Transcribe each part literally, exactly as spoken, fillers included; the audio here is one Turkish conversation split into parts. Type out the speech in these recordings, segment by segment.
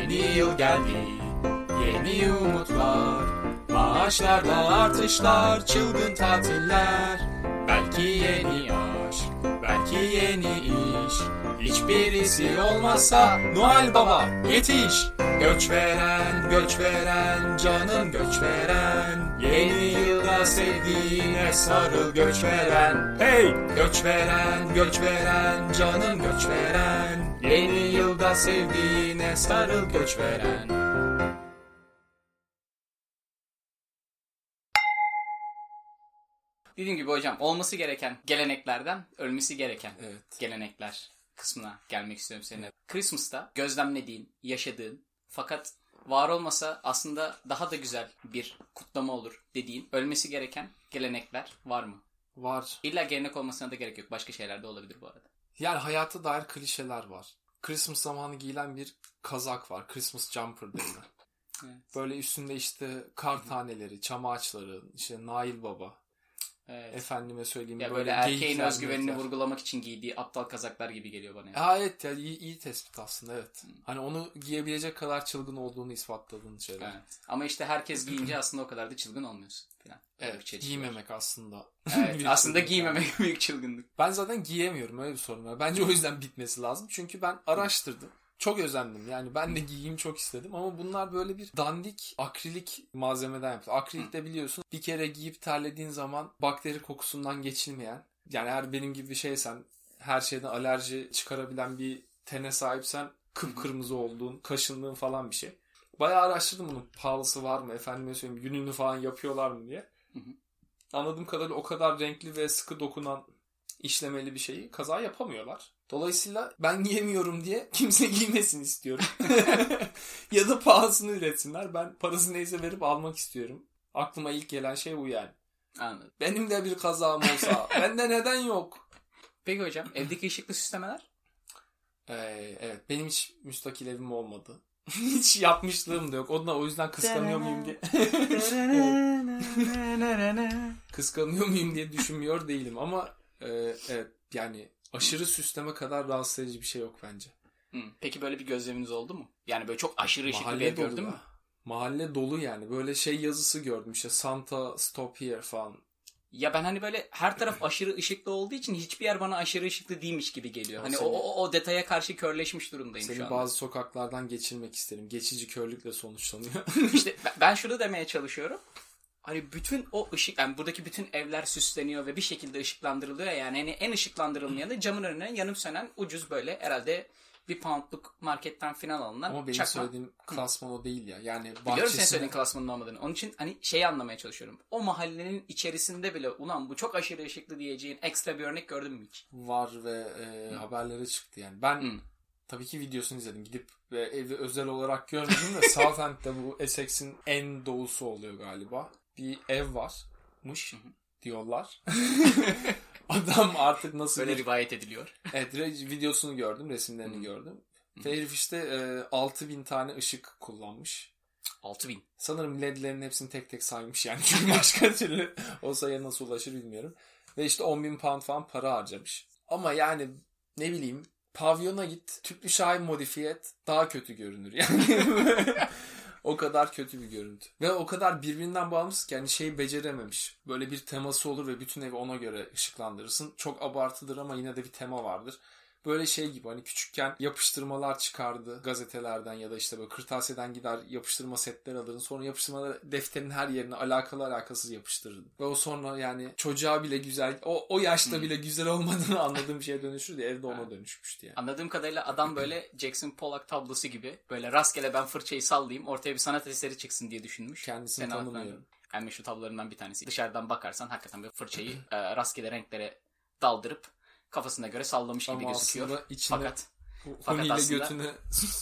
Yeni yıl geldi, yeni umutlar, maaşlarda artışlar, çılgın tatiller. Belki yeni aşk, belki yeni iş, hiçbirisi olmazsa Noel Baba yetiş. Göç veren, göç veren, canım göç veren, yeni yılda sevdiğine sarıl göç veren. Hey! Göç veren, göç veren, canım göç veren, yeni yılda sevdiğine sarıl göç veren. Dediğim gibi hocam, olması gereken geleneklerden ölmesi gereken Evet. gelenekler kısmına gelmek istiyorum seninle. Christmas'ta gözlemlediğin, yaşadığın fakat var olmasa aslında daha da güzel bir kutlama olur dediğin ölmesi gereken gelenekler var mı? Var. İlla gelenek olmasına da gerek yok. Başka şeyler de olabilir bu arada. Yani hayata dair klişeler var. Christmas zamanı giyilen bir kazak var. Christmas jumper denilen. Evet. Böyle üstünde işte kar taneleri, çam ağaçları, işte Nail Baba. Evet. Efendime söyleyeyim. Ya böyle, böyle erkeğin geyikler, özgüvenini meyikler. vurgulamak için giydiği aptal kazaklar gibi geliyor bana. Aa, evet ya, iyi, iyi tespit aslında, evet. Hmm. Hani onu giyebilecek kadar çılgın olduğunu ispatladığın şeyler. Evet. Ama işte herkes giyince aslında o kadar da çılgın olmuyorsun falan. Evet, giymemek var. Aslında. Evet, aslında giymemek yani. Büyük çılgınlık. Ben zaten giyemiyorum, öyle bir sorun var. Bence o yüzden bitmesi lazım. Çünkü ben araştırdım. Çok özendim. Yani ben de giyeyim çok istedim. Ama bunlar böyle bir dandik akrilik malzemeden yaptı. Akrilik de biliyorsun, bir kere giyip terlediğin zaman bakteri kokusundan geçilmeyen, yani eğer benim gibi bir şeysen, her şeyden alerji çıkarabilen bir tene sahipsen, kıpkırmızı olduğun, kaşındığın falan bir şey. Bayağı araştırdım bunun pahalısı var mı, efendime söyleyeyim yününü falan yapıyorlar mı diye. Anladığım kadarıyla o kadar renkli ve sıkı dokunan, işlemeli bir şeyi kaza yapamıyorlar. Dolayısıyla ben giyemiyorum diye kimse giymesin istiyorum. Ya da pahalısını üretsinler. Ben parası neyse verip almak istiyorum. Aklıma ilk gelen şey bu yani. Anladım. Benim de bir kazağım olsa. Bende neden yok? Peki hocam, evdeki ışıklı süslemeler? Ee, evet, benim hiç müstakil evim olmadı. Hiç yapmışlığım da yok. Ondan o yüzden kıskanıyor muyum diye. Kıskanıyor muyum diye düşünmüyor değilim ama e, evet yani aşırı süsleme kadar rahatsız edici bir şey yok bence. Hmm. Peki böyle bir gözleminiz oldu mu? Yani böyle çok aşırı ışıklı bir ev gördün mü? Mahalle dolu yani. Böyle şey yazısı gördüm işte, Santa stop here falan. Ya ben hani böyle her taraf aşırı ışıklı olduğu için hiçbir yer bana aşırı ışıklı değilmiş gibi geliyor. O hani seni, o, o, o detaya karşı körleşmiş durumdayım şu anda. Seni bazı sokaklardan geçirmek isterim. Geçici körlükle sonuçlanıyor. İşte ben şunu demeye çalışıyorum. Hani bütün o ışık, yani buradaki bütün evler süsleniyor ve bir şekilde ışıklandırılıyor. Yani hani en ışıklandırılmayanı camın önüne yanıp sönen ucuz böyle herhalde bir poundluk marketten falan alınan ama benim çakma. Söylediğim klasman o değil ya. Yani bahçesine... Biliyorum senin söylediğin klasmanın olmadığını. Onun için hani şeyi anlamaya çalışıyorum. O mahallenin içerisinde bile ulan bu çok aşırı ışıklı diyeceğin ekstra bir örnek gördün mü hiç? Var ve e, haberlere çıktı yani. Ben hmm. tabii ki videosunu izledim. Gidip ve evi özel olarak görmedim de Southampton'da, bu Essex'in en doğusu oluyor galiba. Bir ev varmış diyorlar. Adam artık nasıl... Böyle bir... rivayet ediliyor. Evet, videosunu gördüm, resimlerini hmm. gördüm. Hmm. Ve herif işte e, altı bin tane ışık kullanmış. altı bin? Sanırım ledlerin hepsini tek tek saymış yani. Çünkü başka türlü o sayıya nasıl ulaşır bilmiyorum. Ve işte on bin pound falan para harcamış. Ama yani ne bileyim, pavyona git, tüplü şahin modifiye et, daha kötü görünür yani. O kadar kötü bir görüntü. Ve o kadar birbirinden bağımsız ki yani şeyi becerememiş. Böyle bir teması olur ve bütün evi ona göre ışıklandırırsın. Çok abartıdır ama yine de bir tema vardır. Böyle şey gibi, hani küçükken yapıştırmalar çıkardı gazetelerden ya da işte böyle kırtasiyeden gider yapıştırma setleri alırdın. Sonra yapıştırmaları defterin her yerine alakalı alakasız yapıştırırdın. Ve o sonra yani çocuğa bile güzel, o, o yaşta hmm. bile güzel olmadığını anladığım bir şeye dönüşürdü. Evde ona ha. dönüşmüştü yani. Anladığım kadarıyla adam böyle Jackson Pollock tablosu gibi böyle rastgele ben fırçayı sallayayım ortaya bir sanat eseri çıksın diye düşünmüş. Kendisini Fena tanımıyorum. En meşhur tablolarından bir tanesi. Dışarıdan bakarsan hakikaten böyle fırçayı e, rastgele renklere daldırıp kafasına göre sallamış ama gibi gözüküyor. Içine, fakat fakat aslında götünü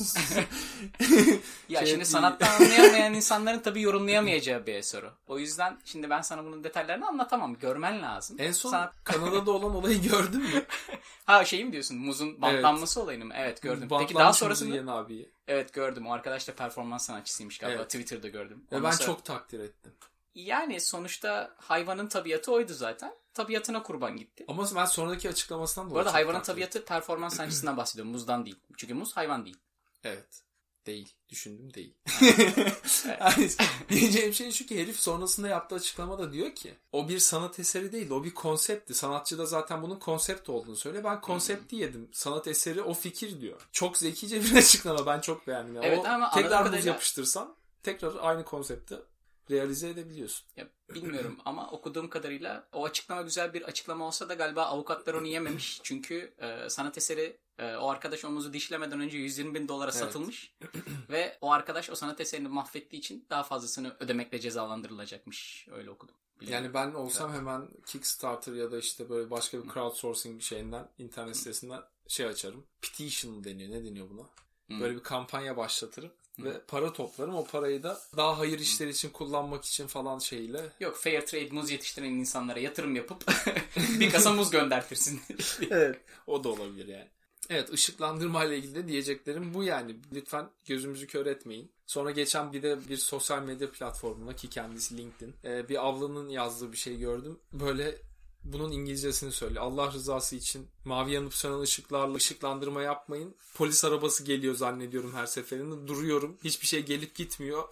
ya şey şimdi sanattan anlayamayan insanların tabii yorumlayamayacağı bir soru. O yüzden şimdi ben sana bunun detaylarını anlatamam. Görmen lazım. En son Sanat... Kanada'da olan olayı gördün mü? Ha şey mi diyorsun? Muzun bantlanması evet. olayını mı? Evet gördüm. Peki daha sonrasında? Abi. Evet gördüm. O arkadaş da performans sanatçısıymış galiba. Evet. Twitter'da gördüm. Ve ben sonra... çok takdir ettim. Yani sonuçta hayvanın tabiatı oydu zaten. Tabiatına kurban gitti. Ama ben sonraki açıklamasından dolayı... Bu arada hayvanın tabiatı performans sanatçısından bahsediyorum. Muzdan değil. Çünkü muz hayvan değil. Evet. Değil. Düşündüm değil. Yani, diyeceğim şey şu ki herif sonrasında yaptığı açıklamada diyor ki o bir sanat eseri değil, o bir konseptti. Sanatçı da zaten bunun konsept olduğunu söylüyor. Ben konsepti yedim. Sanat eseri o fikir diyor. Çok zekice bir açıklama. Ben çok beğendim. Yani. Evet, o ama tekrar buz kadarıyla... yapıştırsan tekrar aynı konsepti realize edebiliyorsun. Ya, bilmiyorum ama okuduğum kadarıyla o açıklama güzel bir açıklama olsa da galiba avukatlar onu yememiş. Çünkü e, sanat eseri e, o arkadaş omuzu dişlemeden önce yüz yirmi bin dolara evet. satılmış. Ve o arkadaş o sanat eserini mahvettiği için daha fazlasını ödemekle cezalandırılacakmış. Öyle okudum. Bilmiyorum. Yani ben olsam evet. hemen Kickstarter ya da işte böyle başka bir crowdsourcing şeyinden, internet sitesinden şey açarım. Petition deniyor. Ne deniyor buna? Böyle bir kampanya başlatırım. Ve para toplarım. O parayı da daha hayır işleri için kullanmak için falan şeyle. Yok, fair trade muz yetiştiren insanlara yatırım yapıp bir kasa muz göndertirsin. Evet. O da olabilir yani. Evet, ışıklandırma ile ilgili de diyeceklerim bu yani. Lütfen gözümüzü kör etmeyin. Sonra geçen bir de bir sosyal medya platformuna ki kendisi LinkedIn. Bir ablanın yazdığı bir şey gördüm. Böyle bunun İngilizcesini söyle. Allah rızası için mavi yanıp sönen ışıklarla ışıklandırma yapmayın. Polis arabası geliyor zannediyorum her seferinde. Duruyorum. Hiçbir şey gelip gitmiyor.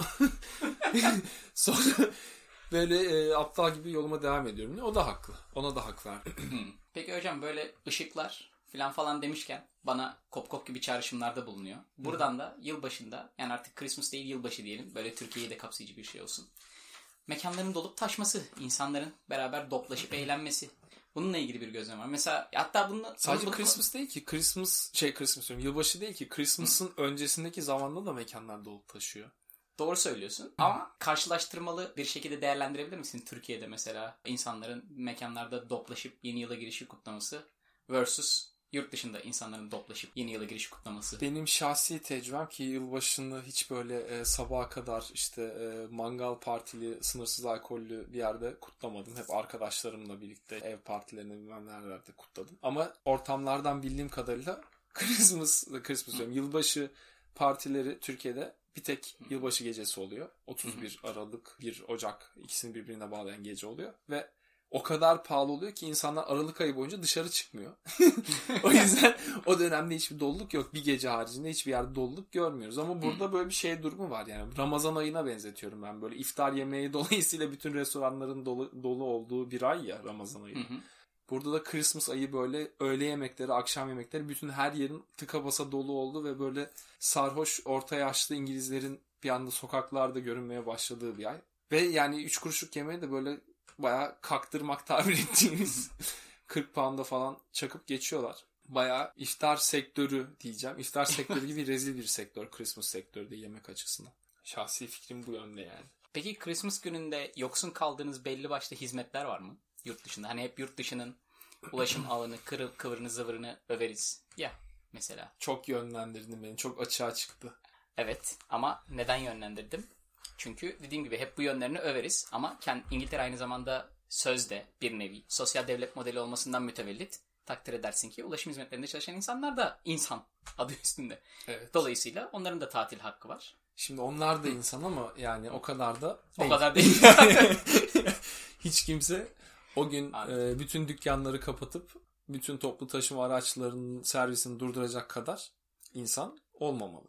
Sonra böyle e, aptal gibi yoluma devam ediyorum. O da haklı. Ona da hak verdim. Peki hocam, böyle ışıklar falan falan demişken bana kop kop gibi çağrışımlarda bulunuyor. Buradan da yılbaşında, yani artık Christmas değil yılbaşı diyelim. Böyle Türkiye'yi de kapsayıcı bir şey olsun. Mekanların dolup taşması, insanların beraber toplaşıp eğlenmesi. Bununla ilgili bir gözlem var. Mesela hatta bunu... Sadece bunu, Christmas değil ki. Christmas, şey Christmas diyorum. Yılbaşı değil ki. Christmas'ın Hı. öncesindeki zamanda da mekanlar dolup taşıyor. Doğru söylüyorsun. Hı. Ama karşılaştırmalı bir şekilde değerlendirebilir misin? Türkiye'de mesela insanların mekanlarda toplaşıp yeni yıla girişi kutlaması versus yurt dışında insanların toplaşıp yeni yıla giriş kutlaması. Benim şahsi tecrübem ki yılbaşını hiç böyle e, sabaha kadar işte e, mangal partili, sınırsız alkollü bir yerde kutlamadım. Hep arkadaşlarımla birlikte ev partilerinde bilmem nerelerde kutladım. Ama ortamlardan bildiğim kadarıyla Christmas, Christmas diyorum, yılbaşı partileri Türkiye'de bir tek yılbaşı gecesi oluyor. otuz bir Aralık, bir Ocak ikisini birbirine bağlayan gece oluyor ve o kadar pahalı oluyor ki insanlar Aralık ayı boyunca dışarı çıkmıyor. O yüzden o dönemde hiçbir doluluk yok. Bir gece haricinde hiçbir yerde doluluk görmüyoruz. Ama burada böyle bir şey durumu var. Yani Ramazan ayına benzetiyorum ben. Böyle iftar yemeği dolayısıyla bütün restoranların dolu, dolu olduğu bir ay ya Ramazan ayı. Hı hı. Burada da Christmas ayı böyle öğle yemekleri, akşam yemekleri bütün her yerin tıka basa dolu oldu ve böyle sarhoş orta yaşlı İngilizlerin bir anda sokaklarda görünmeye başladığı bir ay. Ve yani üç kuruşluk yemeği de böyle bayağı kaktırmak tabir ettiğimiz kırk pound'a falan çakıp geçiyorlar. Bayağı iftar sektörü diyeceğim. İftar sektörü gibi rezil bir sektör Christmas sektörü de yemek açısından. Şahsi fikrim bu yönde yani. Peki Christmas gününde yoksun kaldığınız belli başlı hizmetler var mı? Yurt dışında. Hani hep yurt dışının ulaşım ağını, kırı, kıvırını, zıvırını överiz. Ya mesela. Çok yönlendirdin beni. Çok açığa çıktı. Evet ama neden yönlendirdim? Çünkü dediğim gibi hep bu yönlerini överiz ama İngiltere aynı zamanda sözde bir nevi sosyal devlet modeli olmasından mütevellit takdir edersin ki ulaşım hizmetlerinde çalışan insanlar da insan adı üstünde. Evet. Dolayısıyla onların da tatil hakkı var. Şimdi onlar da insan ama yani o kadar da değil. O kadar değil. Hiç kimse o gün e, bütün dükkanları kapatıp bütün toplu taşıma araçlarının servisini durduracak kadar insan olmamalı.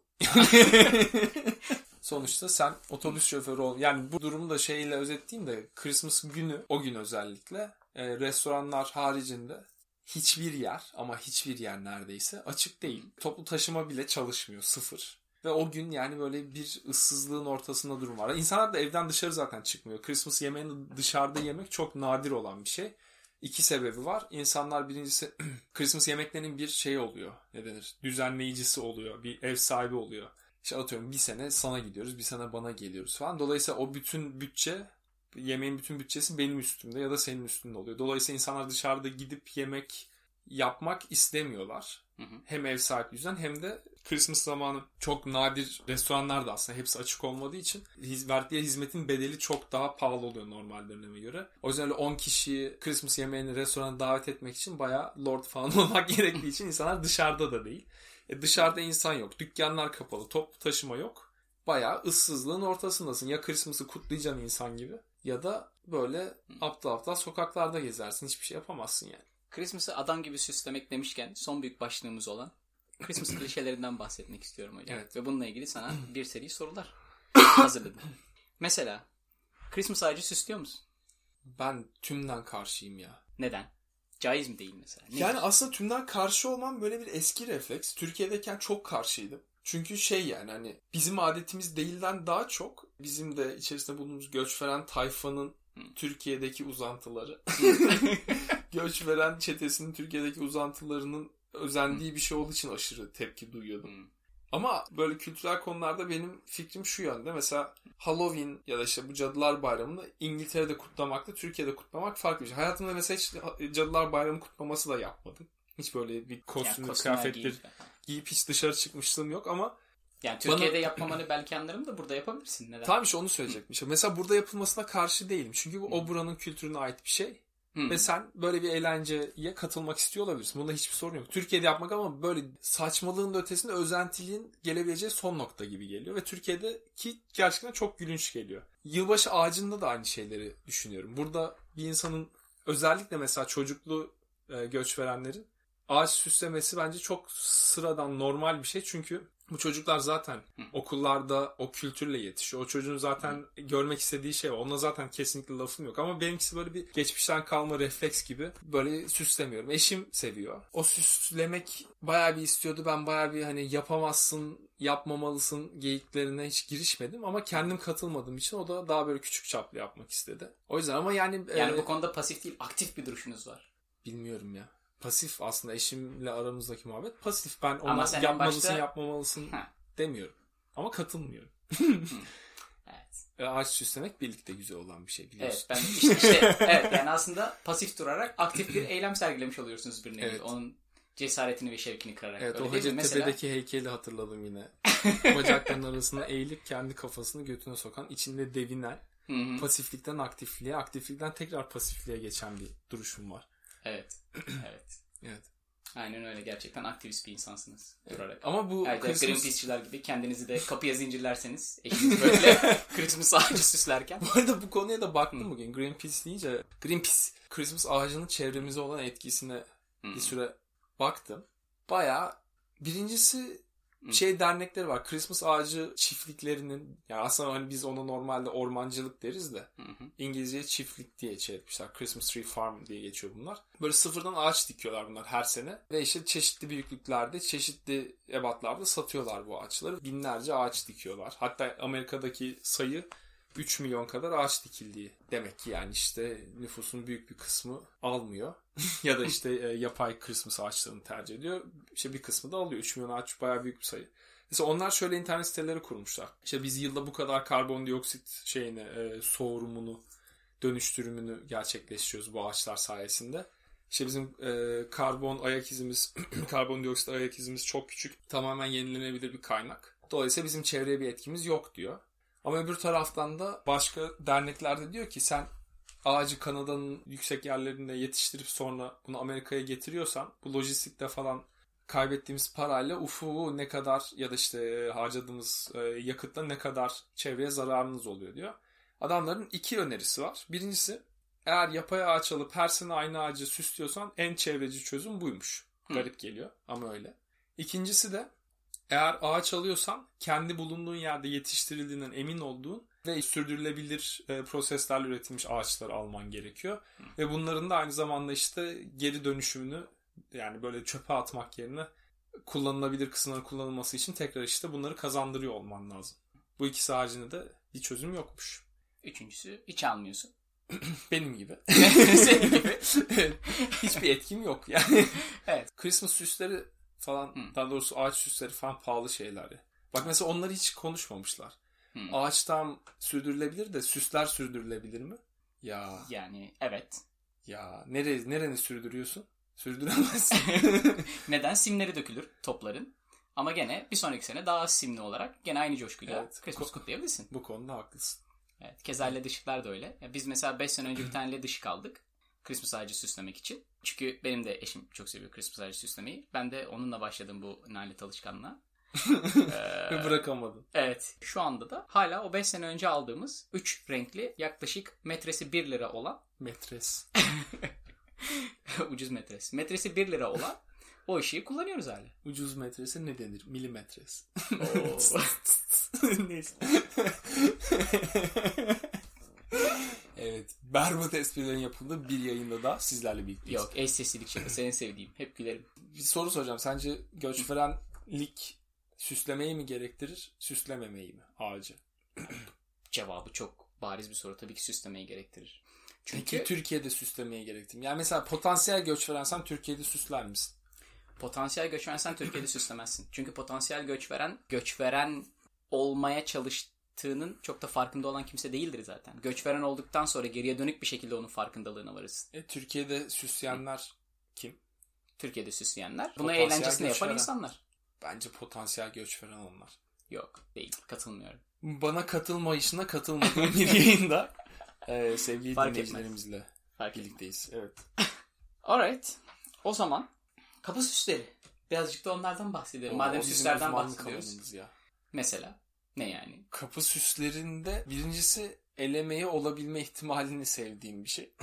Sonuçta sen otobüs şoförü ol. Yani bu durumu da şeyle özetleyeyim de Christmas günü, o gün özellikle e, restoranlar haricinde hiçbir yer ama hiçbir yer neredeyse açık değil. Toplu taşıma bile çalışmıyor. Sıfır. Ve o gün yani böyle bir ıssızlığın ortasında durum var. İnsanlar da evden dışarı zaten çıkmıyor. Christmas yemeğini dışarıda yemek çok nadir olan bir şey. İki sebebi var. İnsanlar birincisi Christmas yemeklerinin bir şey oluyor. Ne denir? Düzenleyicisi oluyor. Bir ev sahibi oluyor. İşte atıyorum bir sene sana gidiyoruz, bir sene bana geliyoruz falan. Dolayısıyla o bütün bütçe, yemeğin bütün bütçesi benim üstümde ya da senin üstünde oluyor. Dolayısıyla insanlar dışarıda gidip yemek yapmak istemiyorlar. Hı hı. Hem ev sahibi yüzden hem de Christmas zamanı çok nadir restoranlar da aslında hepsi açık olmadığı için verdiği hizmetin bedeli çok daha pahalı oluyor normal döneme göre. O yüzden öyle on kişiyi Christmas yemeğini restorana davet etmek için bayağı lord falan olmak gerektiği için insanlar dışarıda da değil. E dışarıda insan yok. Dükkanlar kapalı. Toplu taşıma yok. Bayağı ıssızlığın ortasındasın. Ya Christmas'ı kutlayacaksın insan gibi ya da böyle aptal aptal sokaklarda gezersin. Hiçbir şey yapamazsın yani. Christmas'ı adam gibi süslemek demişken son büyük başlığımız olan Christmas klişelerinden bahsetmek istiyorum hocam. Evet. Ve bununla ilgili sana bir seri sorular hazırladım. Mesela Christmas ağacı süslüyor musun? Ben tümden karşıyım ya. Neden? Caiz mi değil mesela? Ne Yani diyorsun? aslında tümden karşı olmam böyle bir eski refleks. Türkiye'deyken çok karşıydım. Çünkü şey yani hani bizim adetimiz değilden daha çok bizim de içerisinde bulunduğumuz göç veren tayfanın Türkiye'deki uzantıları. Göç veren çetesinin Türkiye'deki uzantılarının özendiği bir şey olduğu için aşırı tepki duyuyordum. Hmm. Ama böyle kültürel konularda benim fikrim şu yönde. Mesela Halloween ya da işte bu Cadılar Bayramı'nı İngiltere'de kutlamakla Türkiye'de kutlamak farklı bir şey. Hayatımda mesela hiç Cadılar Bayramı kutlaması da yapmadım. Hiç böyle bir kostümlü Yani kıyafetler giyip, giyip hiç dışarı çıkmışlığım yok ama yani Türkiye'de bana... yapmamanı belki anlarım da burada yapabilirsin. Neden? Tamam işte onu söyleyecektim. Mesela burada yapılmasına karşı değilim. Çünkü bu o buranın kültürüne ait bir şey. Hmm. Ve sen böyle bir eğlenceye katılmak istiyor olabilirsin. Bunda hiçbir sorun yok. Türkiye'de yapmak ama böyle saçmalığın da ötesinde özentiliğin gelebileceği son nokta gibi geliyor. Ve Türkiye'deki gerçekten çok gülünç geliyor. Yılbaşı ağacında da aynı şeyleri düşünüyorum. Burada bir insanın özellikle mesela çocuklu e, göç verenlerin ağaç süslemesi bence çok sıradan normal bir şey. Çünkü bu çocuklar zaten Hı. okullarda o kültürle yetişiyor. O çocuğun zaten Hı. görmek istediği şey var. Ona zaten kesinlikle lafım yok. Ama benimkisi böyle bir geçmişten kalma refleks gibi böyle süslemiyorum. Eşim seviyor. O süslemek bayağı bir istiyordu. Ben bayağı bir hani yapamazsın, yapmamalısın geyiklerine hiç girişmedim. Ama kendim katılmadığım için o da daha böyle küçük çaplı yapmak istedi. O yüzden ama yani... Yani e, bu konuda pasif değil, aktif bir duruşunuz var. Bilmiyorum ya. Pasif aslında eşimle aramızdaki muhabbet pasif. Ben ona Ama yapmalısın başta... yapmamalısın ha. demiyorum. Ama katılmıyorum. Evet. Ağaç süslemek birlikte güzel olan bir şey biliyorsun. Evet, ben işte, işte evet yani aslında pasif durarak aktif bir eylem sergilemiş oluyorsunuz bir nevi. Evet. Onun cesaretini ve şevkini kırarak. Evet, öyle o Hacettepe'deki mesela... heykeli hatırladım yine. Bacaklarının arasına eğilip kendi kafasını götüne sokan, içinde devinen, Hı-hı. pasiflikten aktifliğe, aktiflikten tekrar pasifliğe geçen bir duruşum var. Evet. Evet. Evet. Aynen öyle. Gerçekten aktivist bir insansınız. Evet. Durarak. Ama bu evet, Christmas... Greenpeace'çiler gibi kendinizi de kapıya zincirlerseniz eşiniz böyle Christmas ağacı süslerken. Bu arada bu konuya da baktım Hı. bugün. Greenpeace deyince Greenpeace Christmas ağacının çevremize olan etkisine Hı. bir süre baktım. Bayağı birincisi şey dernekleri var. Christmas ağacı çiftliklerinin, yani aslında hani biz ona normalde ormancılık deriz de hı hı. İngilizceye çiftlik diye çevirmişler. Christmas Tree Farm diye geçiyor bunlar. Böyle sıfırdan ağaç dikiyorlar bunlar her sene. Ve işte çeşitli büyüklüklerde, çeşitli ebatlarda satıyorlar bu ağaçları. Binlerce ağaç dikiyorlar. Hatta Amerika'daki sayı üç milyon kadar ağaç dikildiği. Demek ki yani işte nüfusun büyük bir kısmı almıyor. ya da işte e, yapay Christmas ağaçlarını tercih ediyor. İşte bir kısmı da alıyor. üç milyon ağaç bayağı büyük bir sayı. Mesela onlar şöyle internet siteleri kurmuşlar. İşte biz yılda bu kadar karbondioksit şeyini, e, soğurumunu, dönüştürümünü gerçekleştiriyoruz bu ağaçlar sayesinde. İşte bizim e, karbon ayak izimiz, karbondioksit ayak izimiz çok küçük. Tamamen yenilenebilir bir kaynak. Dolayısıyla bizim çevreye bir etkimiz yok diyor. Ama öbür taraftan da başka dernekler de diyor ki sen ağacı Kanada'nın yüksek yerlerinde yetiştirip sonra bunu Amerika'ya getiriyorsan bu lojistikte falan kaybettiğimiz parayla ufu ne kadar ya da işte harcadığımız yakıtla ne kadar çevreye zararınız oluyor diyor. Adamların iki önerisi var. Birincisi eğer yapay ağaç alıp her sene aynı ağacı süslüyorsan en çevreci çözüm buymuş. Hı. Garip geliyor ama öyle. İkincisi de eğer ağaç alıyorsan kendi bulunduğun yerde yetiştirildiğinden emin olduğun ve sürdürülebilir e, proseslerle üretilmiş ağaçları alman gerekiyor. Hı. Ve bunların da aynı zamanda işte geri dönüşümünü, yani böyle çöpe atmak yerine kullanılabilir kısımların kullanılması için tekrar işte bunları kazandırıyor olman lazım. Bu ikisi haricinde de bir çözüm yokmuş. Üçüncüsü hiç almıyorsun. Benim gibi. Senin gibi. Hiçbir etkim yok yani. Evet. Christmas süsleri falan, hmm. daha doğrusu ağaç süsleri falan pahalı şeyler ya. Bak mesela onları hiç konuşmamışlar. Hmm. Ağaçtan sürdürülebilir de süsler sürdürülebilir mi? Ya. Yani evet. Ya nereye nereni sürdürüyorsun? Sürdüremezsin. Neden? Simleri dökülür topların. Ama gene bir sonraki sene daha az simli olarak gene aynı coşkuyla evet. Christmas kutlayabilirsin. Bu konuda haklısın. Evet. Keza L E D ışıklar da öyle. Ya biz mesela beş sene önce bir tane L E D ışık aldık. Christmas ağacı süslemek için. Çünkü benim de eşim çok seviyor Christmas ağacı süslemeyi. Ben de onunla başladım bu nalet alışkanlığa. ee, Bırakamadım. Evet. Şu anda da hala o beş sene önce aldığımız üç renkli yaklaşık metresi bir lira olan metres. ucuz metres. Metresi bir lira olan o ışığı kullanıyoruz hala. Ucuz metresi ne denir? Milimetresi. Neyse. Evet. Berbat esprilerin yapıldığı bir yayında da sizlerle birlikteyiz. Yok, eş seslilik şakası en sevdiğim. Hep gülerim. Bir soru soracağım. Sence göçverenlik süslemeyi mi gerektirir, süslememeyi mi ağacı? Cevabı çok bariz bir soru. Tabii ki süslemeyi gerektirir. Çünkü Çünkü Türkiye'de süslemeyi gerektirir. Yani mesela potansiyel göçverensen Türkiye'de süsler misin? Potansiyel göçverensen Türkiye'de süslemezsin. Çünkü potansiyel göçveren, göçveren olmaya çalıştığının çok da farkında olan kimse değildir zaten. Göçveren olduktan sonra geriye dönük bir şekilde onun farkındalığına varırsın. E, Türkiye'de süsleyenler kim? Türkiye'de süsleyenler. Buna Potansiyel eğlencesini yapan göçveren. insanlar. Bence potansiyel göçveren onlar. Yok, değil. Katılmıyorum. Bana katılmayışına katılmadığım bir yayında e, sevgili Fark dinleyicilerimizle Fark birlikteyiz. Evet. Alright. O zaman kapı süsleri. Birazcık da onlardan bahsedelim. O- Madem o bizim süslerden uzmanlık bahsediyoruz. alanımız ya. Mesela ne yani? Kapı süslerinde birincisi elemeye olabilme ihtimalini sevdiğim bir şey.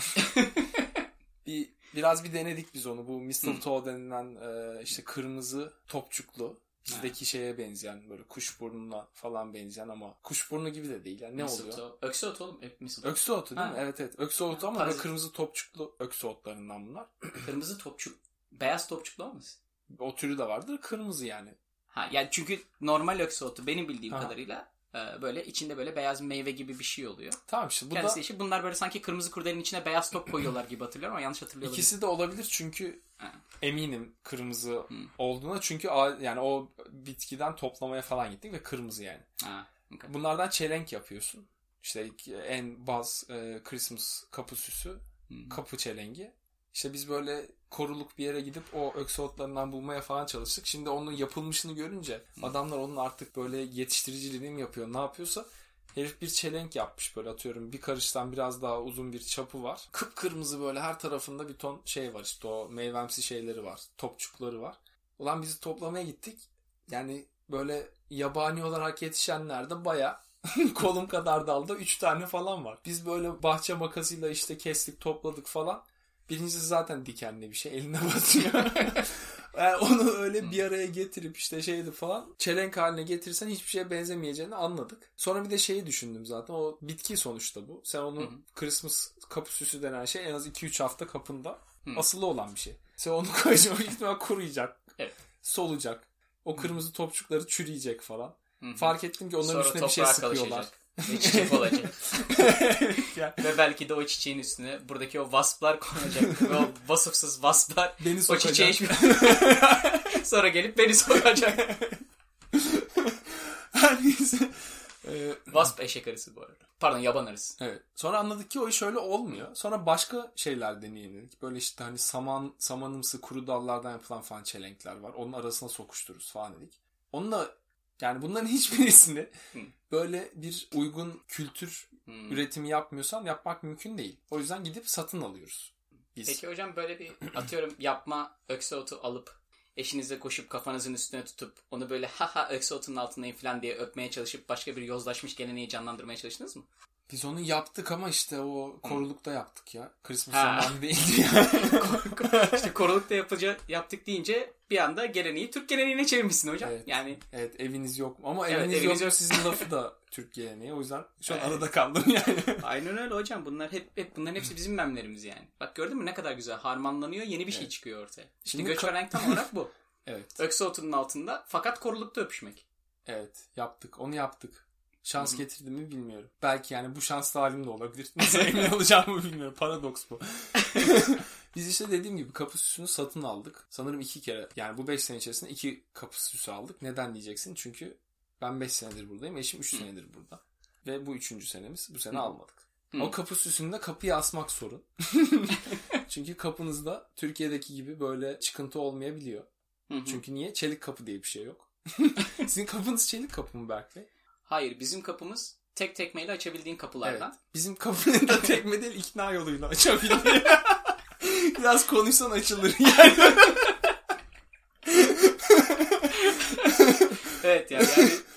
bir Biraz bir denedik biz onu. Bu mistletoe denilen e, işte kırmızı topçuklu. Bizdeki şeye benzeyen böyle kuşburnuna falan benzeyen ama kuşburnu gibi de değil. Yani ne Mistletoe. oluyor? Öksü otu oğlum. Hep mistletoe. Öksü otu değil Ha. mi? Evet evet. Öksü otu ama Parazit. böyle kırmızı topçuklu öksü otlarından bunlar. Kırmızı topçuk. Beyaz topçuklu olmasın? O türü de vardır. Kırmızı yani. Ha, yani çünkü normal öksü otu benim bildiğim Ha. kadarıyla e, böyle içinde böyle beyaz meyve gibi bir şey oluyor. Tamam işte bu Kendisi da işi bunlar böyle sanki kırmızı kurdelenin içine beyaz top koyuyorlar gibi hatırlıyorum ama yanlış hatırlıyor olabilirim. ikisi de olabilir çünkü Ha. eminim kırmızı Hmm. olduğuna çünkü a- yani o bitkiden toplamaya falan gittik ve kırmızı yani. Ha, okay. Bunlardan çelenk yapıyorsun. İşte en baz e, Christmas kapı süsü, Hmm. kapı çelengi. İşte biz böyle koruluk bir yere gidip o öksü otlarından bulmaya falan çalıştık. Şimdi onun yapılmışını görünce Hmm. adamlar onun artık böyle yetiştiriciliğini mi yapıyor ne yapıyorsa herif bir çelenk yapmış böyle atıyorum bir karıştan biraz daha uzun bir çapı var. Kıpkırmızı böyle her tarafında bir ton şey var işte o meyvemsi şeyleri var. Topçukları var. Ulan bizi toplamaya gittik. Yani böyle yabani olarak yetişenler de baya kolum kadar dalda üç tane falan var. Biz böyle bahçe makasıyla işte kestik topladık falan. Birincisi zaten dikenli bir şey. Eline batıyor. Yani onu öyle bir araya getirip işte şeydi falan. Çelenk haline getirsen hiçbir şeye benzemeyeceğini anladık. Sonra bir de şeyi düşündüm zaten. O bitki sonuçta bu. Sen onu Hı hı. Christmas kapı süsü denen şey en az iki üç hafta kapında Hı. asılı olan bir şey. Sen onu koyacaksın. O ihtimal kuruyacak. Evet. Solacak. O kırmızı topçukları çürüyecek falan. Hı hı. Fark ettim ki onların Sonra üstüne bir şey toprağa sıkıyorlar. kalışacak. Ve çiçek olacak. Yani Ve belki de o çiçeğin üstüne buradaki o wasplar konacak. Ve o vasıfsız wasplar beni o sokacak. çiçeği sonra gelip beni sokacak. Her neyse. Ee, Wasp eşek arısı bu arada. Pardon, yaban arısı. evet. Sonra anladık ki o iş öyle olmuyor. Sonra başka şeyler deneyelim. Böyle işte hani saman, samanımsı kuru dallardan yapılan falan çelenkler var. Onun arasına sokuştururuz falan dedik. Onunla yani bunların hiçbirisini Hı. böyle bir uygun kültür Hmm. üretimi yapmıyorsan yapmak mümkün değil. O yüzden gidip satın alıyoruz. Biz. Peki hocam böyle bir atıyorum yapma öksü otu alıp eşinize koşup kafanızın üstüne tutup onu böyle ha ha öksü otunun altındayım falan diye öpmeye çalışıp başka bir yozlaşmış geleneği canlandırmaya çalıştınız mı? Biz onu yaptık ama işte o korulukta yaptık ya. Christmas Ha. zamanı değildi ya. İşte korulukta yapıcı, yaptık deyince bir anda geleneği Türk geleneğine çevirmişsin hocam. Evet. Yani Evet, eviniz yok mu? Ama Evet, eviniz, eviniz yok mu yok. sizin lafı da Türk geleneği. O yüzden şu an Evet. arada kaldım yani. aynen öyle hocam. Bunlar hep, hep bunların hepsi bizim memlerimiz yani. Bak gördün mü ne kadar güzel harmanlanıyor, yeni bir şey Evet. çıkıyor ortaya. İşte Şimdi göçmenlik tam olarak bu. Evet. Öksü otunun altında fakat korulukta öpüşmek. Evet. Yaptık. Onu yaptık. Şans Hı-hı. getirdi mi bilmiyorum. Belki yani bu şanslı halim de olabilir. Nasıl emin olacağımı bilmiyorum. Paradoks bu. Biz işte dediğim gibi kapı süsünü satın aldık. Sanırım iki kere. Yani bu beş sene içerisinde iki kapı süsü aldık. Neden diyeceksin? Çünkü ben beş senedir buradayım. Eşim üç senedir burada. Ve bu üçüncü senemiz. Bu sene Hı. almadık. Hı. O kapı süsünde kapıyı asmak sorun. Çünkü kapınızda Türkiye'deki gibi böyle çıkıntı olmayabiliyor. Hı hı. Çünkü niye? Çelik kapı diye bir şey yok. Sizin kapınız çelik kapı mı Berk Bey? Hayır, bizim kapımız tek tekmeyle açabildiğin kapılardan. Evet. Bizim kapının da tekme değil ikna yoluyla açabiliyor. Biraz konuşsan açılır yani. Evet yani, yani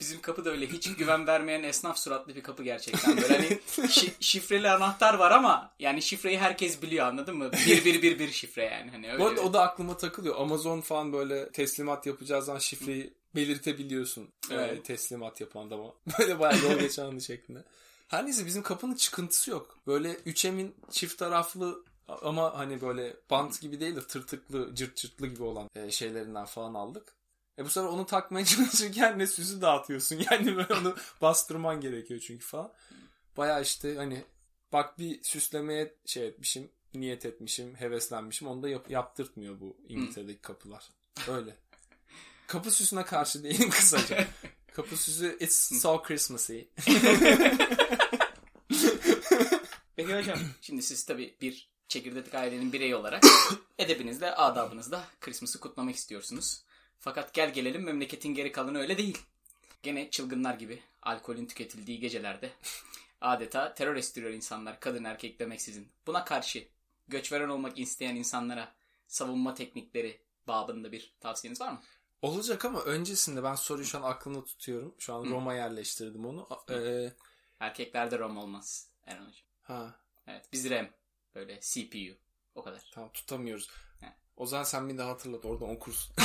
Bizim kapı da öyle hiç güven vermeyen esnaf suratlı bir kapı gerçekten. Böyle hani şi- şifreli anahtar var ama yani şifreyi herkes biliyor, anladın mı? Bir bir bir bir şifre yani. Hani öyle Bu arada bir... o da aklıma takılıyor. Amazon falan böyle teslimat yapacağız zaman şifreyi belirtebiliyorsun. Evet. E, teslimat yapan adama. Böyle bayağı yol geçen anı şeklinde. Her neyse bizim kapının çıkıntısı yok. Böyle üç M'in çift taraflı ama hani böyle bant gibi değil de tırtıklı, cırt cırtlı gibi olan e, şeylerinden falan aldık. E bu sefer onu takmaya çalışırken ne süsü dağıtıyorsun. Yani böyle onu bastırman gerekiyor çünkü falan. Baya işte hani bak bir süslemeye şey etmişim, niyet etmişim, heveslenmişim. Onu da yap- yaptırtmıyor bu İngiltere'deki kapılar. Öyle. Kapı süsüne karşı değilim kısaca. Kapı süsü it's so Christmassy. Peki hocam, şimdi siz tabii bir çekirdek ailenin bireyi olarak edebinizle, adabınızla Christmas'ı kutlamak istiyorsunuz. Fakat gel gelelim memleketin geri kalanı öyle değil. Gene çılgınlar gibi alkolün tüketildiği gecelerde adeta terör estiriyor insanlar, kadın erkek demeksizin. Buna karşı göçveren olmak isteyen insanlara savunma teknikleri babında bir tavsiyeniz var mı? Olacak ama öncesinde ben soruyu şu an aklımda tutuyorum. Şu an Roma yerleştirdim onu. Ee... Erkeklerde Roma olmaz Eren hocam. Ha. Evet, biz RAM. Böyle C P U. O kadar. Tamam, tutamıyoruz. He. O zaman sen bir daha hatırlat, oradan okursun.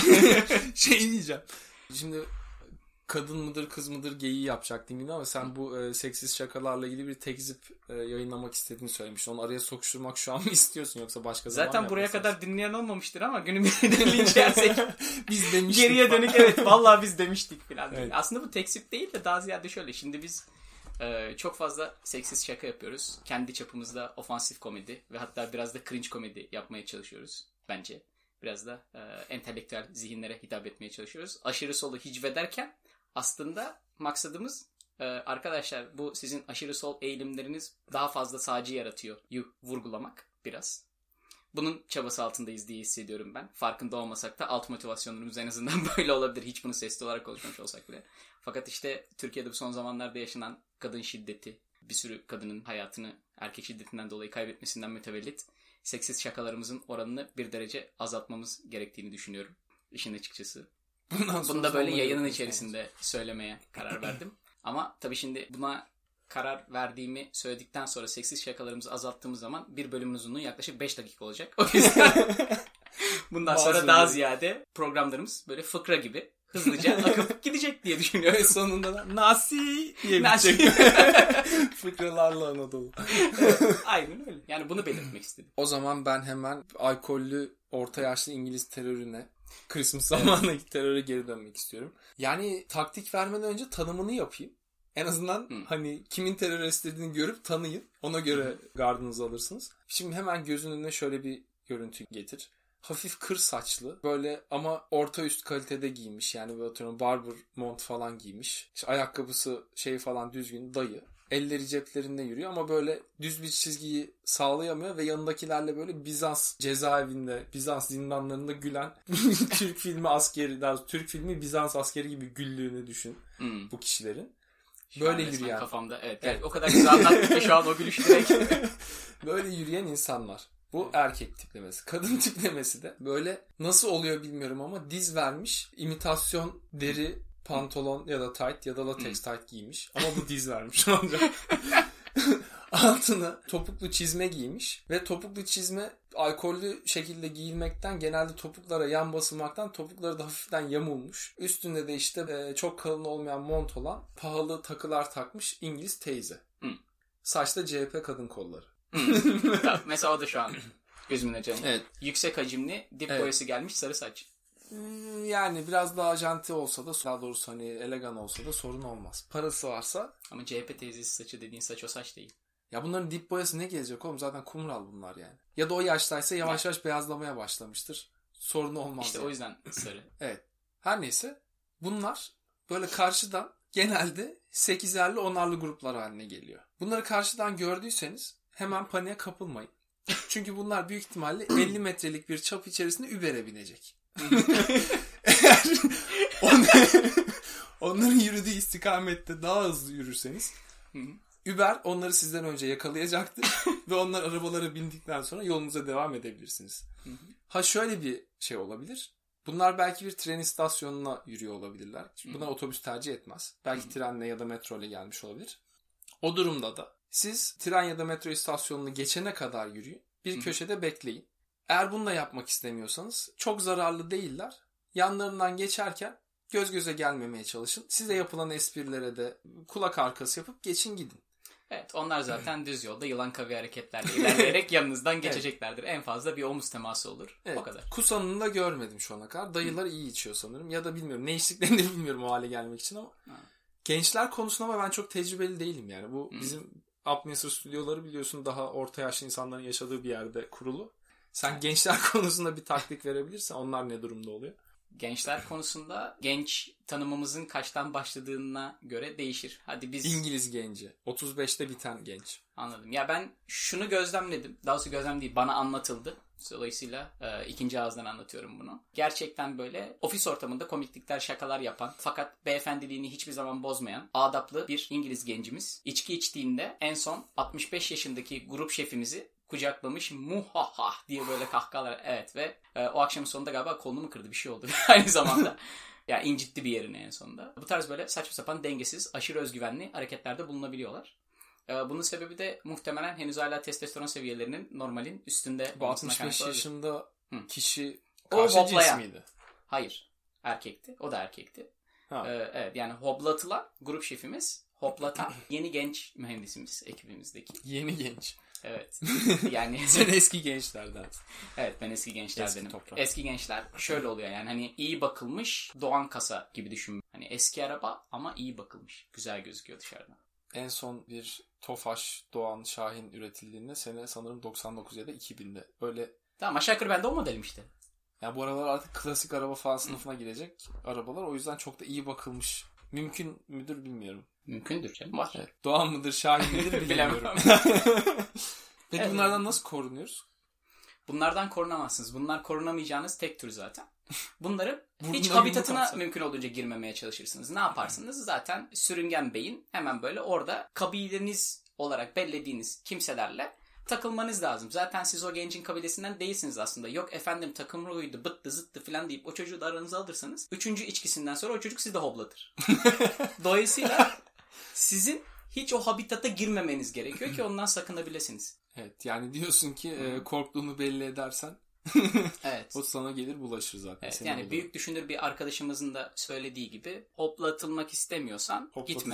Şey diyeceğim. Şimdi kadın mıdır kız mıdır geyiği yapacaktın yine ama sen bu e, seksist şakalarla ilgili bir tekzip e, yayınlamak istediğini söylemiştin. Onu araya sokuşturmak şu an mı istiyorsun yoksa başka zaman mı? Zaten buraya kadar dinleyen olmamıştır ama günün birinde linçlersek biz demiştik. Geriye dönük evet vallahi biz demiştik falan. Evet. Aslında bu tekzip değil de daha ziyade şöyle. Şimdi biz e, çok fazla seksist şaka yapıyoruz. Kendi çapımızda ofansif komedi ve hatta biraz da cringe komedi yapmaya çalışıyoruz bence. Biraz da e, entelektüel zihinlere hitap etmeye çalışıyoruz. Aşırı solu hicvederken aslında maksadımız e, arkadaşlar bu sizin aşırı sol eğilimleriniz daha fazla sağcı yaratıyor yu vurgulamak biraz. Bunun çabası altındayız diye hissediyorum ben. Farkında olmasak da alt motivasyonlarımız en azından böyle olabilir. Hiç bunu sesli olarak konuşmamış olsak bile. Fakat işte Türkiye'de bu son zamanlarda yaşanan kadın şiddeti, bir sürü kadının hayatını erkek şiddetinden dolayı kaybetmesinden mütevellit seksist şakalarımızın oranını bir derece azaltmamız gerektiğini düşünüyorum. İşin açıkçası. Bunu da böyle yayının içerisinde söylemeye karar verdim. Ama tabii şimdi buna karar verdiğimi söyledikten sonra seksist şakalarımızı azalttığımız zaman bir bölümün uzunluğu yaklaşık beş dakika olacak. O yüzden bundan sonra Bazı daha ziyade programlarımız böyle fıkra gibi hızlıca akıp gidecek diye düşünüyorum. Ve sonunda da Nasi diye bitecek. Fıkralarla Anadolu. Evet, aynen öyle. Yani bunu belirtmek istedim. O zaman ben hemen alkollü orta yaşlı İngiliz terörüne, Christmas zamanındaki teröre geri dönmek istiyorum. Yani taktik vermeden önce tanımını yapayım. En azından hmm. hani kimin terör istediğini görüp tanıyın. Ona göre hmm. gardınızı alırsınız. Şimdi hemen gözünün önüne şöyle bir görüntü getir. Hafif kır saçlı böyle ama orta üst kalitede giymiş. Yani böyle atıyorum barber mont falan giymiş. İşte ayakkabısı şey falan düzgün dayı. Elleri ceplerinde yürüyor ama böyle düz bir çizgiyi sağlayamıyor ve yanındakilerle böyle Bizans cezaevinde, Bizans zindanlarında gülen Türk filmi askeri, daha Türk filmi Bizans askeri gibi güldüğünü düşün hmm. bu kişilerin. Şu böyle yürüyen. Kafamda evet. Yani o kadar güzel anlattı ki şu an o gülüş direkt. Böyle yürüyen insanlar. Bu erkek tiplemesi. Kadın tiplemesi de böyle nasıl oluyor bilmiyorum ama diz vermiş, imitasyon deri pantolon ya da tight ya da latex tight giymiş. Ama bu diz vermiş. Altına topuklu çizme giymiş ve topuklu çizme alkollü şekilde giyilmekten, genelde topuklara yan basılmaktan topukları da hafiften yamulmuş. Üstünde de işte çok kalın olmayan mont olan pahalı takılar takmış İngiliz teyze. Hmm. Saçta C H P kadın kolları. Hmm. Tamam, mesela o da şu an gözümün canım. Evet. Yüksek hacimli dip evet. boyası gelmiş sarı saç. Yani biraz daha janti olsa da, daha doğrusu hani elegan olsa da sorun olmaz. Parası varsa. Ama C H P teyzesi saçı dediğin saç o saç değil. Ya bunların dip boyası ne gelecek oğlum? Zaten kumral bunlar yani. Ya da o yaştaysa yavaş yavaş beyazlamaya başlamıştır. Sorunu olmaz. İşte yani. O yüzden sarı. Evet. Her neyse bunlar böyle karşıdan genelde sekizerli onarlı gruplar haline geliyor. Bunları karşıdan gördüyseniz hemen paniğe kapılmayın. Çünkü bunlar büyük ihtimalle elli metrelik bir çap içerisinde Uber'e binecek. Eğer onların, onların yürüdüğü istikamette daha hızlı yürürseniz Uber onları sizden önce yakalayacaktır ve onlar arabalara bindikten sonra yolunuza devam edebilirsiniz. Ha şöyle bir şey olabilir. Bunlar belki bir tren istasyonuna yürüyor olabilirler. Buna Hı-hı. otobüs tercih etmez. Belki Hı-hı. trenle ya da metro ile gelmiş olabilir. O durumda da siz tren ya da metro istasyonunu geçene kadar yürüyün. Bir Hı-hı. köşede bekleyin. Eğer bunu da yapmak istemiyorsanız çok zararlı değiller. Yanlarından geçerken göz göze gelmemeye çalışın. Size yapılan esprilere de kulak arkası yapıp geçin gidin. Evet, onlar zaten düz yolda yılan kavi hareketlerle ilerleyerek yanınızdan geçeceklerdir. Evet. En fazla bir omuz teması olur. Evet. O kadar. Kusanını da görmedim şu ana kadar. Dayılar Hı. iyi içiyor sanırım. Ya da bilmiyorum. Ne içtiklerini de bilmiyorum o hale gelmek için ama. Hı. Gençler konusunda ama ben çok tecrübeli değilim yani. Bu Hı. bizim Upminster stüdyoları biliyorsun daha orta yaşlı insanların yaşadığı bir yerde kurulu. Sen evet. gençler konusunda bir taktik verebilirsen onlar ne durumda oluyor? Gençler konusunda genç tanımımızın kaçtan başladığına göre değişir. Hadi biz İngiliz genci. otuz beşte biten genç. Anladım. Ya ben şunu gözlemledim. Daha doğrusu gözlem değil, bana anlatıldı. Dolayısıyla e, ikinci ağızdan anlatıyorum bunu. Gerçekten böyle ofis ortamında komiklikler, şakalar yapan fakat beyefendiliğini hiçbir zaman bozmayan adaplı bir İngiliz gencimiz içki içtiğinde en son altmış beş yaşındaki grup şefimizi kucaklamış, muhaha diye böyle kahkahalar. Evet ve e, o akşamın sonunda galiba kolunu mu kırdı, bir şey oldu aynı zamanda. Ya incitti bir yerini en sonunda. Bu tarz böyle saçma sapan dengesiz, aşırı özgüvenli hareketlerde bulunabiliyorlar. E, bunun sebebi de muhtemelen henüz hala testosteron seviyelerinin normalin üstünde. Bu altmış beş yaşında Hı. kişi karşı cins miydi? Hayır. Erkekti. O da erkekti. E, evet yani hoplatılan grup şefimiz, hoplatan yeni genç mühendisimiz ekibimizdeki. Yeni genç. Evet. Yani sen eski gençlerden. Evet, ben eski gençlerdenim. Eski, eski gençler şöyle oluyor yani hani iyi bakılmış Doğan kasa gibi düşün. Hani eski araba ama iyi bakılmış. Güzel gözüküyor dışarıdan. En son bir Tofaş Doğan Şahin üretildiğinde sene sanırım doksan dokuz ya da iki binde. Böyle. Tamam, aşağı yukarı ben de o modelim işte. Ya bu arabalar artık klasik araba falan sınıfına girecek arabalar. O yüzden çok da iyi bakılmış. Mümkün müdür bilmiyorum. Mümkündür canım. Var. Evet. Doğan mıdır, Şahin midir bilmiyorum. Peki evet. Bunlardan nasıl korunuyoruz? Bunlardan korunamazsınız. Bunlar korunamayacağınız tek tür zaten. Bunları hiç habitatına mümkün olduğunca girmemeye çalışırsınız. Ne yaparsınız? Zaten sürüngen beyin hemen böyle orada kabileniz olarak bellediğiniz kimselerle takılmanız lazım. Zaten siz o gencin kabilesinden değilsiniz aslında. Yok efendim takım ruhuydu, bıttı zıttı falan deyip o çocuğu da aranıza alırsanız üçüncü içkisinden sonra o çocuk sizi de hoblatır. Dolayısıyla sizin hiç o habitata girmemeniz gerekiyor ki ondan sakınabilirsiniz. Evet yani diyorsun ki e, korktuğunu belli edersen evet. O sana gelir bulaşır zaten. Evet, yani olur. Büyük düşünür bir arkadaşımızın da söylediği gibi hoplatılmak istemiyorsan gitme.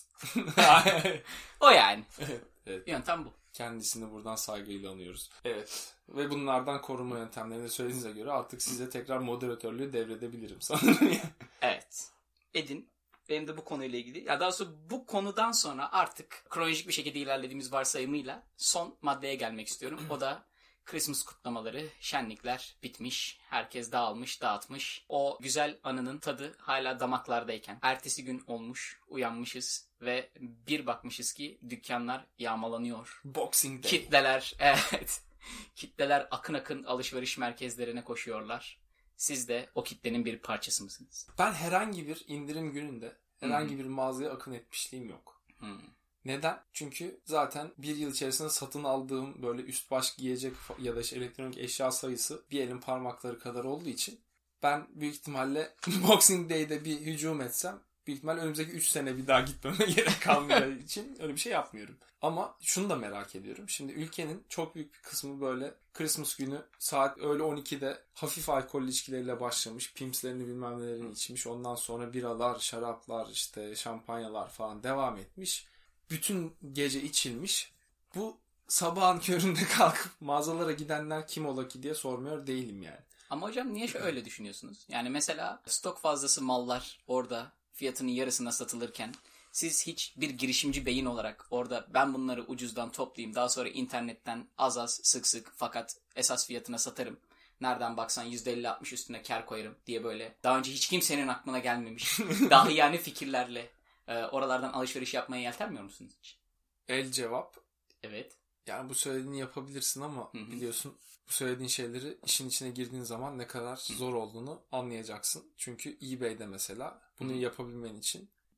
O yani. Evet, evet. Yöntem bu. Kendisini buradan saygıyla anıyoruz. Evet. Ve bunlardan korunma yöntemlerini söylediğinize göre artık size tekrar moderatörlüğü devredebilirim sanırım. Evet. Edin. Benim de bu konuyla ilgili. Ya daha sonra bu konudan sonra artık kronolojik bir şekilde ilerlediğimiz varsayımıyla son maddeye gelmek istiyorum. O da Christmas kutlamaları, şenlikler bitmiş. Herkes dağılmış, dağıtmış. O güzel anının tadı hala damaklardayken. Ertesi gün olmuş, uyanmışız ve bir bakmışız ki dükkanlar yağmalanıyor. Boxing Day. Kitleler, evet. Kitleler akın akın alışveriş merkezlerine koşuyorlar. Siz de o kitlenin bir parçası mısınız? Ben herhangi bir indirim gününde herhangi hmm. bir mağazaya akın etmişliğim yok. Hmm. Neden? Çünkü zaten bir yıl içerisinde satın aldığım böyle üst baş giyecek ya da işte elektronik eşya sayısı bir elin parmakları kadar olduğu için ben büyük ihtimalle Boxing Day'de bir hücum etsem büyük ihtimalle önümüzdeki üç sene bir daha gitmeme gerek kalmayacağı için öyle bir şey yapmıyorum. Ama şunu da merak ediyorum. Şimdi ülkenin çok büyük bir kısmı böyle Christmas günü saat öğle on ikide hafif alkollü içkileriyle başlamış. Pimpslerini bilmem nelerini içmiş. Ondan sonra biralar, şaraplar, işte şampanyalar falan devam etmiş. Bütün gece içilmiş. Bu sabahın köründe kalkıp mağazalara gidenler kim ola ki diye sormuyor değilim yani. Ama hocam niye öyle düşünüyorsunuz? Yani mesela stok fazlası mallar orada fiyatının yarısına satılırken siz hiç bir girişimci beyin olarak orada ben bunları ucuzdan toplayayım daha sonra internetten az az sık sık fakat esas fiyatına satarım. Nereden baksan yüzde elli altmış üstüne kar koyarım diye böyle daha önce hiç kimsenin aklına gelmemiş dahi yani fikirlerle e, oralardan alışveriş yapmaya yeltenmiyor musunuz hiç? El cevap. Evet. Yani bu söylediğini yapabilirsin ama Hı-hı. biliyorsun bu söylediğin şeyleri işin içine girdiğin zaman ne kadar Hı-hı. zor olduğunu anlayacaksın. Çünkü eBay'de mesela bunu Hı-hı. yapabilmen için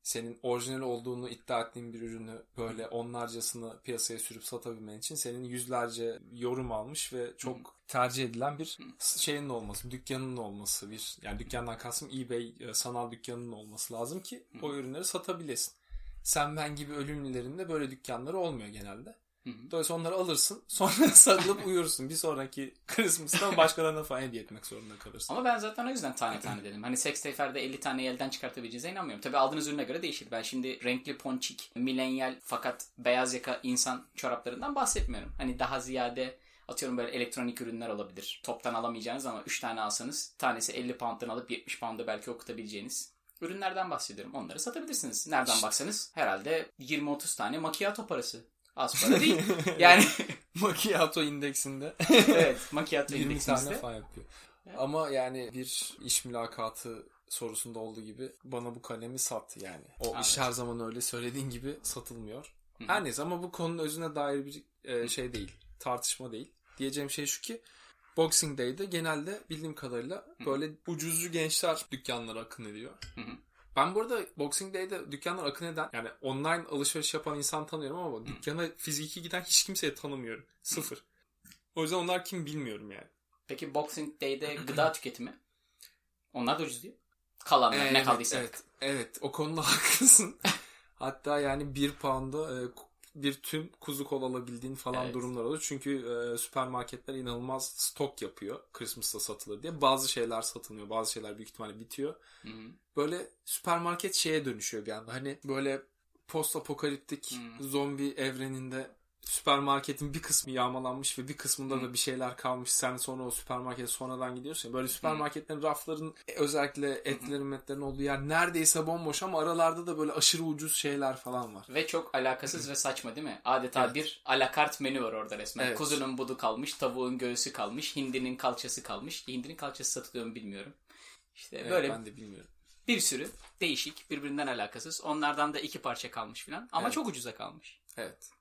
senin orijinal olduğunu iddia ettiğin bir ürünü böyle onlarcasını piyasaya sürüp satabilmen için senin yüzlerce yorum almış ve çok hmm. tercih edilen bir şeyin olması, dükkanının olması, bir yani dükkandan kastım eBay sanal dükkanının olması lazım ki hmm. o ürünleri satabilesin. Sen ben gibi ölümlülerin de böyle dükkanları olmuyor genelde. Hı hı. Dolayısıyla onları alırsın, sonra sarılıp uyursun. Bir sonraki Christmas'ta başkalarına falan hediye etmek zorunda kalırsın. Ama ben zaten o yüzden tane tane dedim. Hani Sextafer'de elli tane elden çıkartabileceğinize inanmıyorum. Tabii aldığınız ürüne göre değişir. Ben şimdi renkli ponçik, milenyal fakat beyaz yaka insan çoraplarından bahsetmiyorum. Hani daha ziyade atıyorum böyle elektronik ürünler olabilir. Toptan alamayacağınız ama üç tane alsanız tanesi elli pound'dan alıp yetmiş pound'a belki okutabileceğiniz ürünlerden bahsediyorum. Onları satabilirsiniz. Nereden işte baksanız herhalde yirmi otuz tane macchiato parası. Az para değil. Yani macchiato indeksinde. Evet, macchiato yirmi indeksinde. tane falan yapıyor. Evet. Ama yani bir iş mülakatı sorusunda olduğu gibi bana bu kalemi sat yani. O evet. iş her zaman öyle söylediğin gibi satılmıyor. Hı-hı. Her neyse ama bu konunun özüne dair bir e, şey değil. Tartışma değil. Diyeceğim şey şu ki Boxing Day'de genelde bildiğim kadarıyla Hı-hı. böyle ucuzcu gençler dükkanlara akın ediyor. Hı-hı. Ben bu arada Boxing Day'de dükkanlar akın eden yani online alışveriş yapan insan tanıyorum ama Hı. dükkana fiziki giden hiç kimseyi tanımıyorum. Sıfır. Hı. O yüzden onlar kim bilmiyorum yani. Peki Boxing Day'de gıda tüketimi? Onlar da ucuz değil. Kalanlar evet, ne kaldıysa. Evet, evet o konuda haklısın. Hatta yani bir pound'a e, bir tüm kuzu kol alabildiğin falan evet. durumlar oluyor. Çünkü e, süpermarketler inanılmaz stok yapıyor. Christmas'ta satılır diye. Bazı şeyler satılıyor. Bazı şeyler büyük ihtimalle bitiyor. Hı hı. Böyle süpermarket şeye dönüşüyor bir anda. Hani böyle post apokaliptik hı. zombi evreninde süpermarketin bir kısmı yağmalanmış ve bir kısmında hı. da bir şeyler kalmış. Sen sonra o süpermarkete sonradan gidiyorsun. Böyle süpermarketlerin hı. rafların özellikle etlerin metlerin olduğu yer neredeyse bomboş ama aralarda da böyle aşırı ucuz şeyler falan var. Ve çok alakasız ve saçma değil mi? Adeta evet. bir alakart menü var orada resmen. Evet. Kuzunun budu kalmış, tavuğun göğsü kalmış, hindinin kalçası kalmış. Hindinin kalçası satılıyor mu bilmiyorum. İşte evet, böyle ben de bilmiyorum. Bir sürü değişik, birbirinden alakasız. Onlardan da iki parça kalmış falan. Ama evet. çok ucuza kalmış. Evet.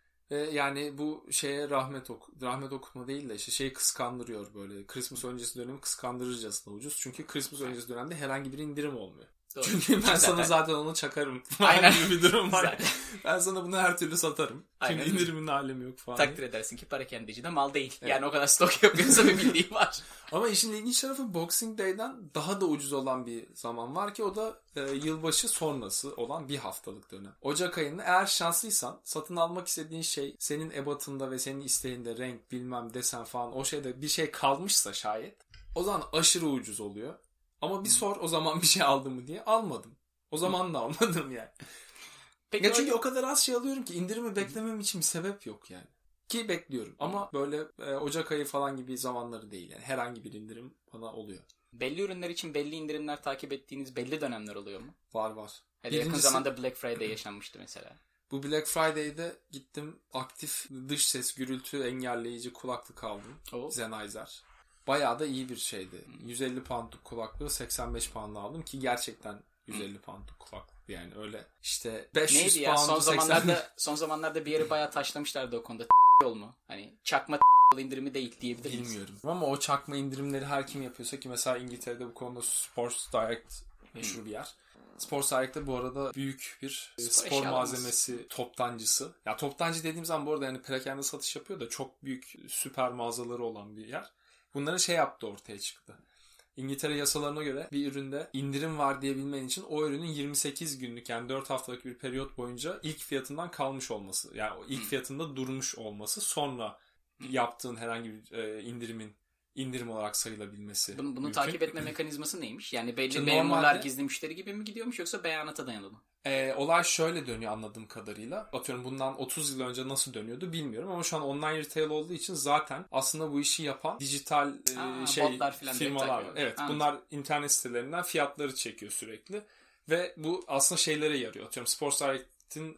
Yani bu şeye rahmet ok rahmet okutma değil de işte şeyi kıskandırıyor böyle. Christmas öncesi dönemi kıskandırıcısına ucuz. Çünkü Christmas öncesi dönemde herhangi bir indirim olmuyor. Doğru. Çünkü ben zaten. sana zaten onu çakarım. Aynen. Gibi bir durum var. Ben sana bunu her türlü satarım. Aynen. Çünkü indirimin alemi yok falan. Takdir edersin ki parakendeci de mal değil. Evet. Yani o kadar stok yapıyorsa bir bildiği var. Ama işin ilginç tarafı Boxing Day'den daha da ucuz olan bir zaman var ki o da e, yılbaşı sonrası olan bir haftalık dönem. Ocak ayında eğer şanslıysan satın almak istediğin şey senin ebatında ve senin isteğinde renk bilmem desen falan o şeyde bir şey kalmışsa şayet o zaman aşırı ucuz oluyor. Ama bir sor o zaman bir şey aldım mı diye almadım. O zaman da almadım yani. Peki ya çünkü o kadar az şey alıyorum ki indirimi beklemem için bir sebep yok yani. Ki bekliyorum ama böyle e, Ocak ayı falan gibi zamanları değil yani. Herhangi bir indirim bana oluyor. Belli ürünler için belli indirimler takip ettiğiniz belli dönemler oluyor mu? Var var. Hele yakın zamanda Black Friday yaşanmıştı mesela. Bu Black Friday'de gittim aktif dış ses gürültü engelleyici kulaklık aldım. Oh. Sennheiser. Bayağı da iyi bir şeydi. yüz elli poundluk kulaklığı seksen beş pound'a aldım ki gerçekten yüz elli poundluk kulaklık yani öyle işte beş yüz neydi ya son zamanlarda son zamanlarda bir yeri bayağı taşlamışlardı o konuda yol mu? Hani çakma indirimi değil diyebilir miyiz? Bilmiyorum. Ama o çakma indirimleri her kim yapıyorsa ki mesela İngiltere'de bu konuda Sports Direct meşhur bir yer. Sports Direct'te bu arada büyük bir spor, spor malzemesi toptancısı. Ya toptancı dediğim zaman bu arada yani perakende satış yapıyor da çok büyük süper mağazaları olan bir yer. Bunların şey yaptı ortaya çıktı. İngiltere yasalarına göre bir üründe indirim var diyebilmen için o ürünün yirmi sekiz günlük yani dört haftalık bir periyot boyunca ilk fiyatından kalmış olması. Yani o ilk fiyatında durmuş olması sonra yaptığın herhangi bir e, indirimin indirim olarak sayılabilmesi. Bunu, bunu takip etme mekanizması neymiş? Yani belli işte memurlar normalde, gizli müşteri gibi mi gidiyormuş yoksa beyanata dayalı mı? E, olay şöyle dönüyor anladığım kadarıyla. Atıyorum bundan otuz yıl önce nasıl dönüyordu bilmiyorum ama şu an online retail olduğu için zaten aslında bu işi yapan dijital e, Aa, şey firmalar var. Evet, Anladım. Bunlar internet sitelerinden fiyatları çekiyor sürekli ve bu aslında şeylere yarıyor. Atıyorum Sports Direct'in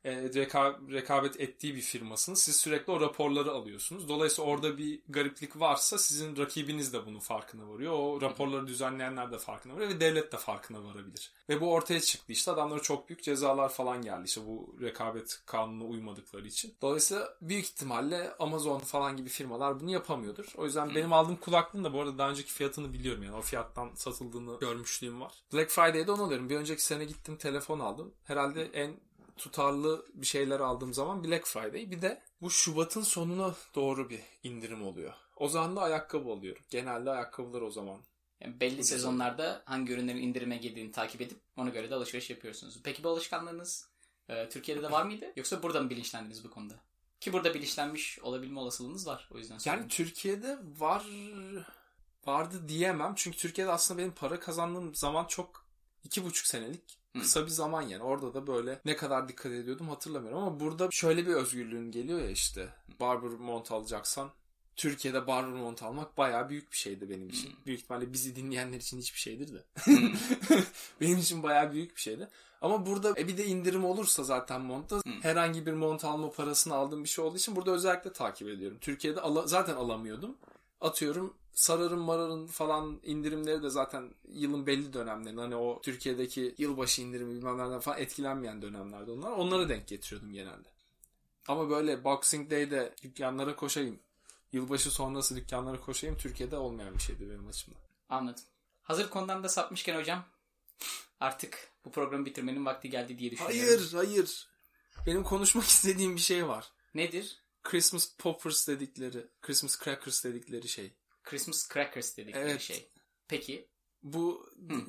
e, reka- rekabet ettiği bir firmasınız. Siz sürekli o raporları alıyorsunuz. Dolayısıyla orada bir gariplik varsa sizin rakibiniz de bunun farkına varıyor. O raporları düzenleyenler de farkına varıyor ve devlet de farkına varabilir. Ve bu ortaya çıktı işte. Adamlara çok büyük cezalar falan geldi işte bu rekabet kanununa uymadıkları için. Dolayısıyla büyük ihtimalle Amazon falan gibi firmalar bunu yapamıyordur. O yüzden hmm. benim aldığım kulaklığın da bu arada daha önceki fiyatını biliyorum yani. O fiyattan satıldığını görmüşlüğüm var. Black Friday'de onu alıyorum. Bir önceki sene gittim telefon aldım. Herhalde en tutarlı bir şeyler aldığım zaman Black Friday. Bir de bu Şubat'ın sonuna doğru bir indirim oluyor. O zaman da ayakkabı alıyorum. Genelde ayakkabılar o zaman. Yani belli bu sezonlarda güzel. Hangi ürünlerin indirime girdiğini takip edip ona göre de alışveriş yapıyorsunuz. Peki bu alışkanlığınız e, Türkiye'de de var mıydı? Yoksa burada mı bilinçlendiniz bu konuda? Ki burada bilinçlenmiş olabilme olasılığınız var. O yüzden yani Türkiye'de var vardı diyemem. Çünkü Türkiye'de aslında benim para kazandığım zaman çok iki buçuk senelik kısa bir zaman yani. Orada da böyle ne kadar dikkat ediyordum hatırlamıyorum. Ama burada şöyle bir özgürlüğün geliyor ya işte. Barber mont alacaksan Türkiye'de barber mont almak bayağı büyük bir şeydi benim için. Hmm. Büyük ihtimalle bizi dinleyenler için hiçbir şeydir de. Hmm. Benim için bayağı büyük bir şeydi. Ama burada e bir de indirim olursa zaten montta hmm. herhangi bir mont alma parasını aldığım bir şey olduğu için burada özellikle takip ediyorum. Türkiye'de ala- zaten alamıyordum. Atıyorum sararın mararın falan indirimleri de zaten yılın belli dönemlerinde hani o Türkiye'deki yılbaşı indirimi bilmemlerden falan etkilenmeyen dönemlerde onlar. Onlara denk getiriyordum genelde. Ama böyle Boxing Day'de dükkanlara koşayım. Yılbaşı sonrası dükkanlara koşayım. Türkiye'de olmayan bir şeydi benim açımdan. Anladım. Hazır konudan da sapmışken hocam artık bu programı bitirmenin vakti geldi diye düşünüyorum. Hayır hayır. Benim konuşmak istediğim bir şey var. Nedir? Christmas poppers dedikleri, Christmas crackers dedikleri şey. Christmas crackers dedikleri evet. şey. Peki. Bu hmm.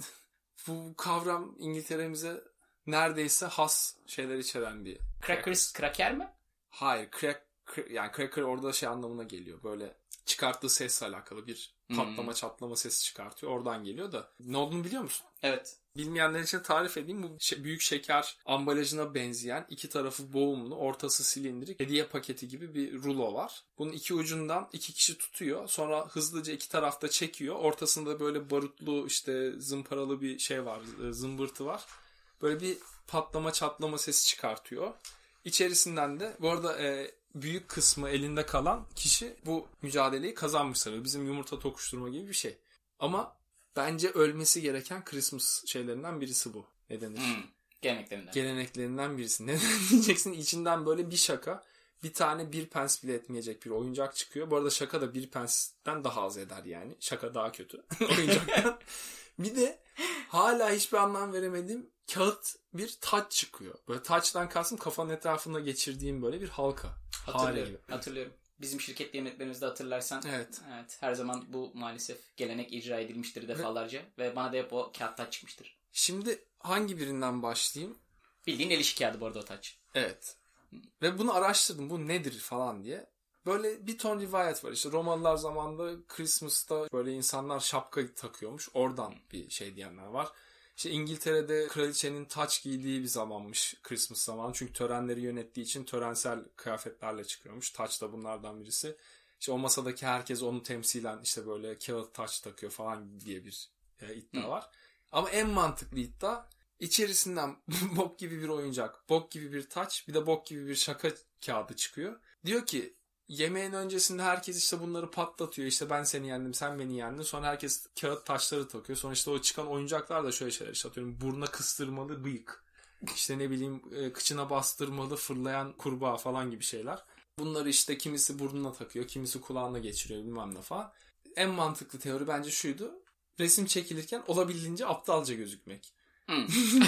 bu kavram İngiltere'mize neredeyse has şeyler içeren bir. Crackers, kraker mi? Hayır, crack, crack yani cracker orada şey anlamına geliyor. Böyle çıkarttığı sesle alakalı bir patlama hmm. çatlama sesi çıkartıyor. Oradan geliyor da. Ne olduğunu biliyor musun? Evet. Bilmeyenler için tarif edeyim. Bu büyük şeker ambalajına benzeyen iki tarafı boğumlu, ortası silindirik hediye paketi gibi bir rulo var. Bunun iki ucundan iki kişi tutuyor. Sonra hızlıca iki tarafta çekiyor. Ortasında böyle barutlu işte zımparalı bir şey var. Zımbırtı var. Böyle bir patlama çatlama sesi çıkartıyor. İçerisinden de bu arada e, büyük kısmı elinde kalan kişi bu mücadeleyi kazanmış sayılır. Bizim yumurta tokuşturma gibi bir şey. Ama bence ölmesi gereken Christmas şeylerinden birisi bu. Ne denir? Hmm, geleneklerinden. Geleneklerinden birisi. Neden diyeceksin? İçinden böyle bir şaka, bir tane bir pence bile etmeyecek bir oyuncak çıkıyor. Bu arada şaka da bir pence'den daha az eder yani. Şaka daha kötü oyuncaktan. Bir de hala hiçbir anlam veremediğim kağıt bir taç çıkıyor. Böyle taçtan kastım kafanın etrafında geçirdiğim böyle bir halka. Hatırlıyorum. Hatırlıyorum. Bizim şirket yemeklerimizde hatırlarsan evet. evet her zaman bu maalesef gelenek icra edilmiştir defalarca ve, ve bana da hep o kağıt taç çıkmıştır. Şimdi hangi birinden başlayayım? Bildiğin el işi kağıdı bu arada o taç. Evet. Hı. Ve bunu araştırdım bu nedir falan diye. Böyle bir ton rivayet var. İşte Romalılar zamanında Christmas'ta böyle insanlar şapka takıyormuş. Oradan bir şey diyenler var. İşte İngiltere'de kraliçenin taç giydiği bir zamanmış Christmas zamanı. Çünkü törenleri yönettiği için törensel kıyafetlerle çıkıyormuş. Taç da bunlardan birisi. İşte o masadaki herkes onu temsilen işte böyle kağıt taç takıyor falan diye bir e, iddia Hı. var. Ama en mantıklı iddia içerisinden bok gibi bir oyuncak, bok gibi bir taç, bir de bok gibi bir şaka kağıdı çıkıyor. Diyor ki yemeğin öncesinde herkes işte bunları patlatıyor. İşte ben seni yendim, sen beni yendin. Sonra herkes kağıt taşları takıyor. Sonra işte o çıkan oyuncaklar da şöyle şeyler işte atıyorum. Buruna kıstırmalı bıyık. İşte ne bileyim kıçına bastırmalı fırlayan kurbağa falan gibi şeyler. Bunları işte kimisi burnuna takıyor, kimisi kulağına geçiriyor bilmem ne falan. En mantıklı teori bence şuydu. Resim çekilirken olabildiğince aptalca gözükmek. Hmm.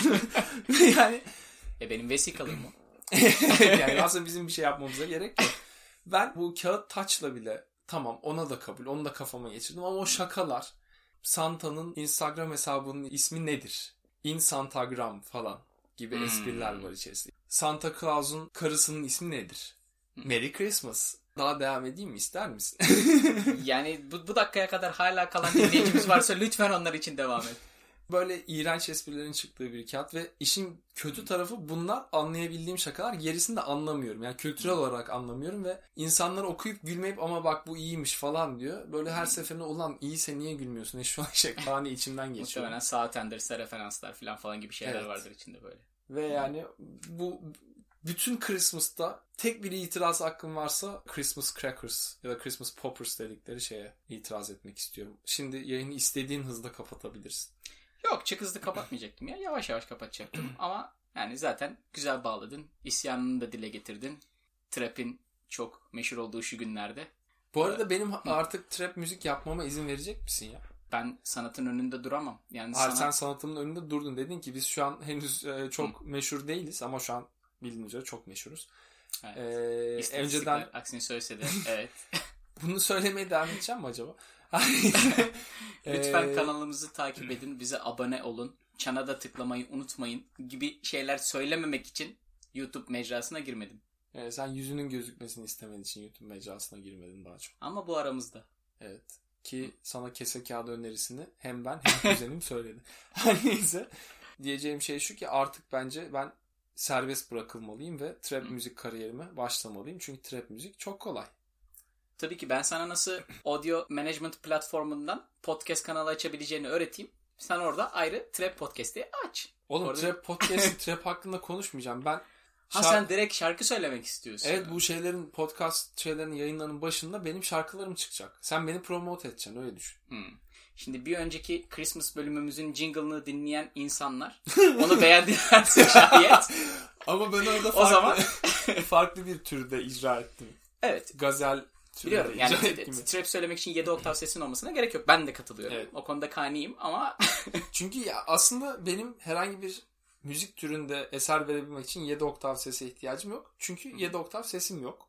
yani e benim vesikalım mı? yani aslında bizim bir şey yapmamıza gerek yok. Ben bu kağıt taçla bile tamam ona da kabul, onu da kafama geçirdim ama o şakalar Santa'nın Instagram hesabının ismi nedir? Insantagram falan gibi hmm. espriler var içerisinde. Santa Claus'un karısının ismi nedir? Hmm. Merry Christmas. Daha devam edeyim mi? İster misin? yani bu, bu dakikaya kadar hala kalan dinleyicimiz varsa lütfen onlar için devam et. Böyle iğrenç esprilerin çıktığı bir kağıt ve işin kötü tarafı bunlar anlayabildiğim şakalar. Gerisini de anlamıyorum. Yani kültürel olarak anlamıyorum ve insanlar okuyup gülmeyip ama bak bu iyiymiş falan diyor. Böyle her seferinde ulan iyiyse niye gülmüyorsun? E şu an şey hani içimden geçiyor. Muhtemelen saat enderse referanslar falan falan gibi şeyler evet. vardır içinde böyle. Ve yani bu bütün Christmas'ta tek bir itiraz hakkım varsa Christmas crackers ya da Christmas poppers dedikleri şeye itiraz etmek istiyorum. Şimdi yayını istediğin hızda kapatabilirsin. Yok, çok hızlı kapatmayacaktım ya. Yavaş yavaş kapatacaktım ama yani zaten güzel bağladın. İsyanını da dile getirdin. Trap'in çok meşhur olduğu şu günlerde. Bu arada ee, benim artık trap müzik yapmama izin verecek misin ya? Ben sanatın önünde duramam. Yani Hayır, sanat... sen sanatımın önünde durdun. Dedin ki biz şu an henüz e, çok Hı. meşhur değiliz ama şu an bildiğiniz üzere çok meşhuruz. Evet. Ee, önceden aksini söylese de evet. Bunu söylemeye devam edeceğim mi acaba? Lütfen kanalımızı takip edin, bize abone olun, çana da tıklamayı unutmayın gibi şeyler söylememek için YouTube mecrasına girmedim. Evet, sen yüzünün gözükmesini istemediğin için YouTube mecrasına girmedin daha çok. Ama bu aramızda. Evet. Ki sana kese kağıdı önerisini hem ben hem kuzenim söyledi. Neyse. Diyeceğim şey şu ki artık bence ben serbest bırakılmalıyım ve trap Hı. müzik kariyerime başlamalıyım. Çünkü trap müzik çok kolay. Tabii ki ben sana nasıl audio management platformundan podcast kanalı açabileceğini öğreteyim. Sen orada ayrı trap podcast'i aç. Oğlum orada... trap podcast'i trap hakkında konuşmayacağım. Ben Ha şark... sen direkt şarkı söylemek istiyorsun. Evet, bu şeylerin podcast şeylerin yayınlarının başında benim şarkılarım çıkacak. Sen beni promote edeceksin, öyle düşün. Hmm. Şimdi bir önceki Christmas bölümümüzün jingle'ını dinleyen insanlar onu beğendilerse şayet. Ama ben orada farklı, o zaman farklı bir türde icra ettim. Evet. Gazel biliyorum yani trap söylemek için yedi oktav sesin olmasına gerek yok. Ben de katılıyorum. Evet. O konuda kaniyim ama çünkü ya aslında benim herhangi bir müzik türünde eser verebilmek için yedi oktav sese ihtiyacım yok. Çünkü yedi oktav sesim yok.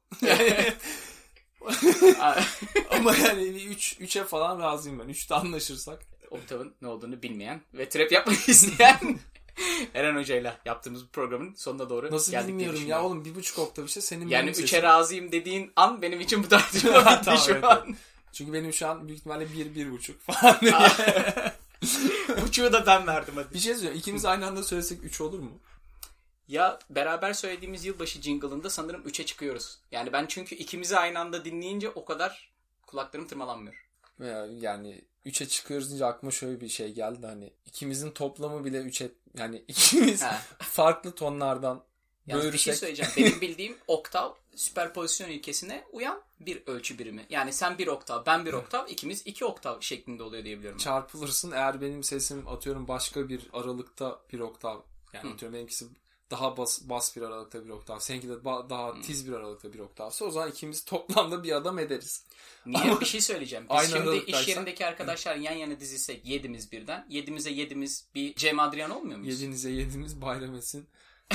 Ama yani üç üçe falan razıyım ben. üçte anlaşırsak. Oktavın ne olduğunu bilmeyen ve trap yapmak isteyen Eren Hoca'yla yaptığımız bu programın sonuna doğru nasıl geldik. Nasıl bilmiyorum ya oğlum, bir buçuk oktav işte senin. Yani üçe sesim... razıyım dediğin an benim için bu tartışma bitti tamam, şu evet, an. Evet. Çünkü benim şu an büyük ihtimalle bir, bir buçuk falan. Buçuğu da ben verdim hadi. Bir şey söyleyeyim. İkimiz aynı anda söylesek üç olur mu? Ya beraber söylediğimiz yılbaşı jingle'ında sanırım üçe çıkıyoruz. Yani ben çünkü ikimizi aynı anda dinleyince o kadar kulaklarım tırmalanmıyor. Veya yani üçe çıkıyoruz deyince aklıma şöyle bir şey geldi. Hani ikimizin toplamı bile üçe, yani ikimiz farklı tonlardan yalnız bölürsek. Bir şey söyleyeceğim. Benim bildiğim oktav süperpozisyon ilkesine uyan bir ölçü birimi. Yani sen bir oktav, ben bir oktav, ikimiz iki oktav şeklinde oluyor diyebiliyorum. Çarpılırsın eğer benim sesim atıyorum başka bir aralıkta bir oktav. Yani Hı. atıyorum benimkisi daha bas, bas bir aralıkta bir oktav. Seninki de ba- daha Hı. tiz bir aralıkta bir oktavsa o zaman ikimiz toplamda bir adam ederiz. Niye? Ama bir şey söyleyeceğim. Biz aynı şimdi iş yerindeki arkadaşlar yan yana dizilsek yedimiz birden. Yedimize yedimiz bir Cem Adrian olmuyor muyuz? Yedinize yedimiz Bayram Esin.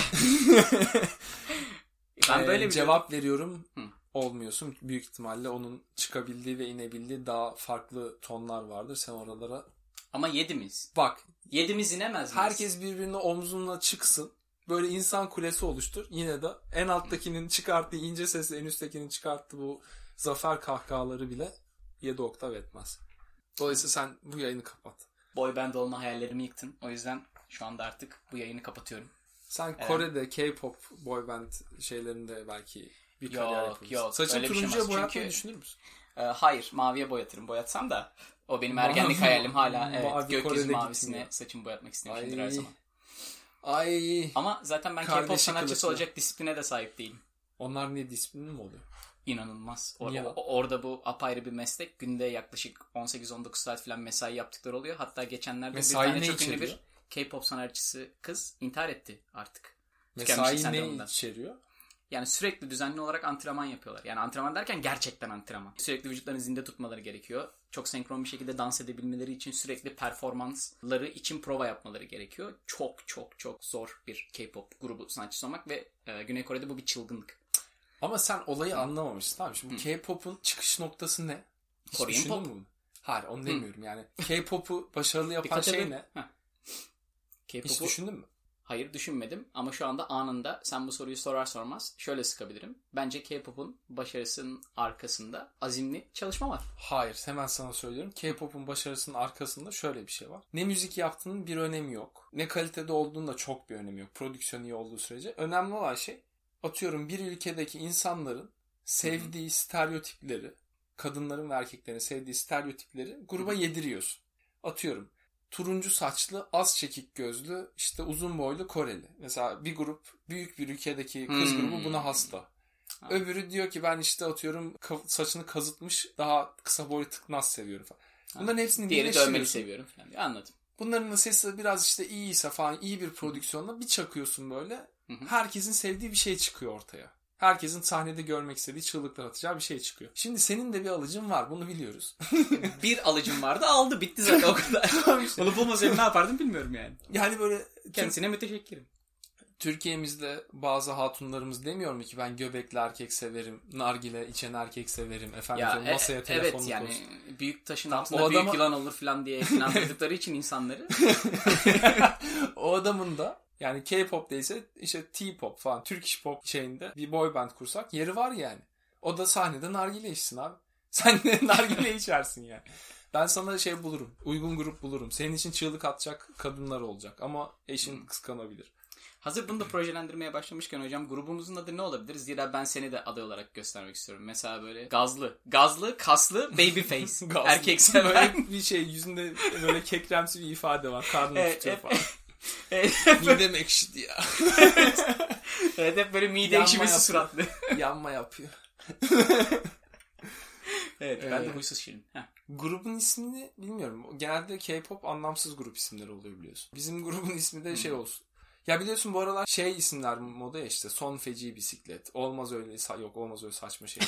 Ben böyle ee, cevap veriyorum. Hı. Olmuyorsun. Büyük ihtimalle onun çıkabildiği ve inebildiği daha farklı tonlar vardır. Sen oralara... Ama yedimiz. Bak. Yedimiz inemez miyiz? Herkes birbirine omzunla çıksın. Böyle insan kulesi oluştur. Yine de en alttakinin çıkarttığı ince sesle en üsttekinin çıkarttığı bu zafer kahkahaları bile yedi oktav etmez. Dolayısıyla sen bu yayını kapat. Boy band olma hayallerimi yıktın. O yüzden şu anda artık bu yayını kapatıyorum. Sen evet. Kore'de K-pop boy band şeylerinde belki bir kariyer yapabilirsin. Yok yok. Saçını turuncuya şey boyatmayı Çünkü, düşünür müsün? E, hayır. Maviye boyatırım. Boyatsam da o benim ergenlik hayalim hala. Evet, Mavi, gökyüzü mavisine gitmiyor. Saçımı boyatmak istemişimdir her zaman. Ay. Ama zaten ben K-pop sanatçısı kılıklı. Olacak disipline de sahip değilim. Onlar niye disiplinli mi oluyor? İnanılmaz. Or- o- orada bu apayrı bir meslek. Günde yaklaşık on sekiz on dokuz saat falan mesai yaptıkları oluyor. Hatta geçenlerde mesai bir tane çok ünlü bir K-pop sanatçısı kız intihar etti artık. Mesai ne içeriyor? Yani sürekli düzenli olarak antrenman yapıyorlar. Yani antrenman derken gerçekten antrenman. Sürekli vücutlarını zinde tutmaları gerekiyor. Çok senkron bir şekilde dans edebilmeleri için sürekli performansları için prova yapmaları gerekiyor. Çok çok çok zor bir K-pop grubu sanatçısı olmak ve e, Güney Kore'de bu bir çılgınlık. Ama sen olayı Hı. anlamamışsın. Tamam. Şimdi Hı. K-pop'un çıkış noktası ne? Hiç Korean pop. Mu? Hayır, onu demiyorum. Hı. Yani K-pop'u başarılı yapan şey ne? K-pop'u... Hiç düşündün mü? Hayır, düşünmedim ama şu anda anında sen bu soruyu sorar sormaz şöyle sıkabilirim. Bence K-pop'un başarısının arkasında azimli çalışma var. Hayır, hemen sana söylüyorum. K-pop'un başarısının arkasında şöyle bir şey var. Ne müzik yaptığının bir önemi yok. Ne kalitede olduğunun da çok bir önemi yok. Prodüksiyon iyi olduğu sürece. Önemli olan şey, atıyorum bir ülkedeki insanların sevdiği stereotipleri, kadınların ve erkeklerin sevdiği stereotipleri gruba yediriyorsun. Atıyorum turuncu saçlı, az çekik gözlü, işte uzun boylu Koreli. Mesela bir grup, büyük bir ülkedeki kız Hmm. grubu buna hasta. Ha. Öbürü diyor ki ben işte atıyorum saçını kazıtmış, daha kısa boylu tıknaz seviyorum falan. Bunların hepsini diğeri dövmeli seviyorum falan. Anladım. Bunların da sesi biraz işte iyiyse falan, iyi bir prodüksiyonla bir çakıyorsun böyle. Hı hı. Herkesin sevdiği bir şey çıkıyor ortaya. Herkesin sahnede görmek istediği, çığlıklar atacağı bir şey çıkıyor. Şimdi senin de bir alıcın var. Bunu biliyoruz. Bir alıcım vardı, aldı. Bitti zaten o kadar. işte. Bunu bulmasaydım ne yapardım bilmiyorum yani. Yani böyle... Kendisine müteşekkirim. Türkiye'mizde bazı hatunlarımız demiyor mu ki ben göbekli erkek severim, nargile içen erkek severim, efendim ya, masaya e, telefonunu evet yani koysun. Büyük taşın altında o büyük adama... yılan olur falan diye inandırdıkları için insanları. O adamın da yani K-pop değilse işte T-pop falan, Turkish pop şeyinde bir boy band kursak yeri var yani. O da sahnede nargile içsin abi. Sen de nargile içersin yani. Ben sana şey bulurum, uygun grup bulurum. Senin için çığlık atacak kadınlar olacak ama eşin hmm. kıskanabilir. Hazır bunu da projelendirmeye başlamışken hocam grubumuzun adı ne olabilir? Zira ben seni de aday olarak göstermek istiyorum. Mesela böyle gazlı, gazlı, kaslı, babyface. Erkek sever. Böyle bir şey yüzünde böyle kekremsi bir ifade var. Karnını evet, tutuyor evet, falan. Evet. Midem ekşidi ya. Evet hep böyle mide ekşimesi suratlı. Yanma yapıyor. Evet ben ee, de huysuz şirin. Heh. Grubun ismini bilmiyorum. Genelde K-pop anlamsız grup isimleri oluyor biliyorsun. Bizim grubun ismi de hmm. şey olsun. Ya biliyorsun bu aralar şey isimler moda ya işte son feci bisiklet. Olmaz öyle yok olmaz öyle saçma şey.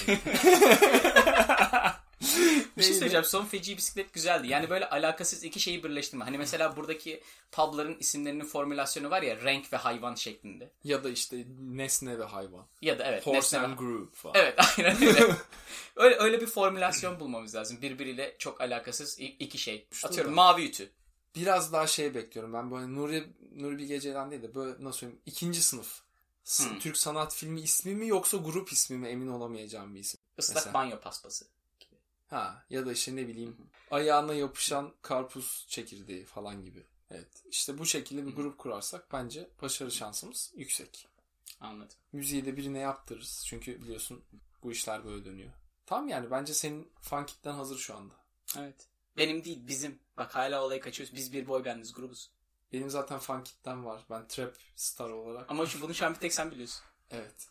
Bir şey söyleyeceğim. Son feci bisiklet güzeldi. Yani böyle alakasız iki şeyi birleştirme. Hani mesela buradaki pubların isimlerinin formülasyonu var ya renk ve hayvan şeklinde. Ya da işte nesne ve hayvan. Ya da evet. Horse nesne and groove falan. Evet aynen öyle. öyle. Öyle bir formülasyon bulmamız lazım. Birbiriyle çok alakasız iki şey. Şurada. Atıyorum mavi ütü. Biraz daha şey bekliyorum ben böyle Nuri, Nuri Bilge Ceylan değil de böyle nasıl söyleyeyim ikinci sınıf. Hmm. Türk sanat filmi ismi mi yoksa grup ismi mi emin olamayacağım bir isim. Islak mesela. Banyo paspası. Gibi. Ha ya da işte ne bileyim Hı-hı. ayağına yapışan karpuz çekirdeği falan gibi. Evet işte bu şekilde bir Hı-hı. grup kurarsak bence başarı şansımız yüksek. Anladım. Müziği de birine yaptırırız çünkü biliyorsun bu işler böyle dönüyor. Tam yani bence senin fan kitlen hazır şu anda. Evet. Benim değil bizim. Bak hala olayı kaçıyoruz. Biz bir boy bandiz grubuz. Benim zaten fan kitlem var. Ben trap star olarak. Ama şu bunu şu an bir tek sen biliyorsun. Evet.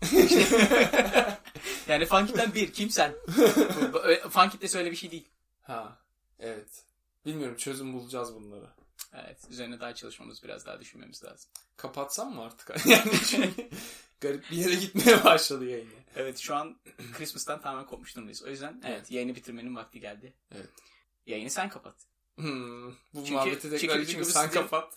Yani fan kitlen bir. Kim sen? Fan kitlesi öyle bir şey değil. Ha. Evet. Bilmiyorum çözüm bulacağız bunları. Evet. Üzerine daha çalışmamız biraz daha düşünmemiz lazım. Kapatsam mı artık? Yani çünkü garip bir yere gitmeye başladı yayını. Evet şu an Christmas'tan tamamen kopmuş durumdayız. O yüzden evet, evet yayını bitirmenin vakti geldi. Evet. Yayını sen kapat. Hmm, bu çünkü, muhabbeti tekrar çünkü, çünkü sen stüdyo... kapat.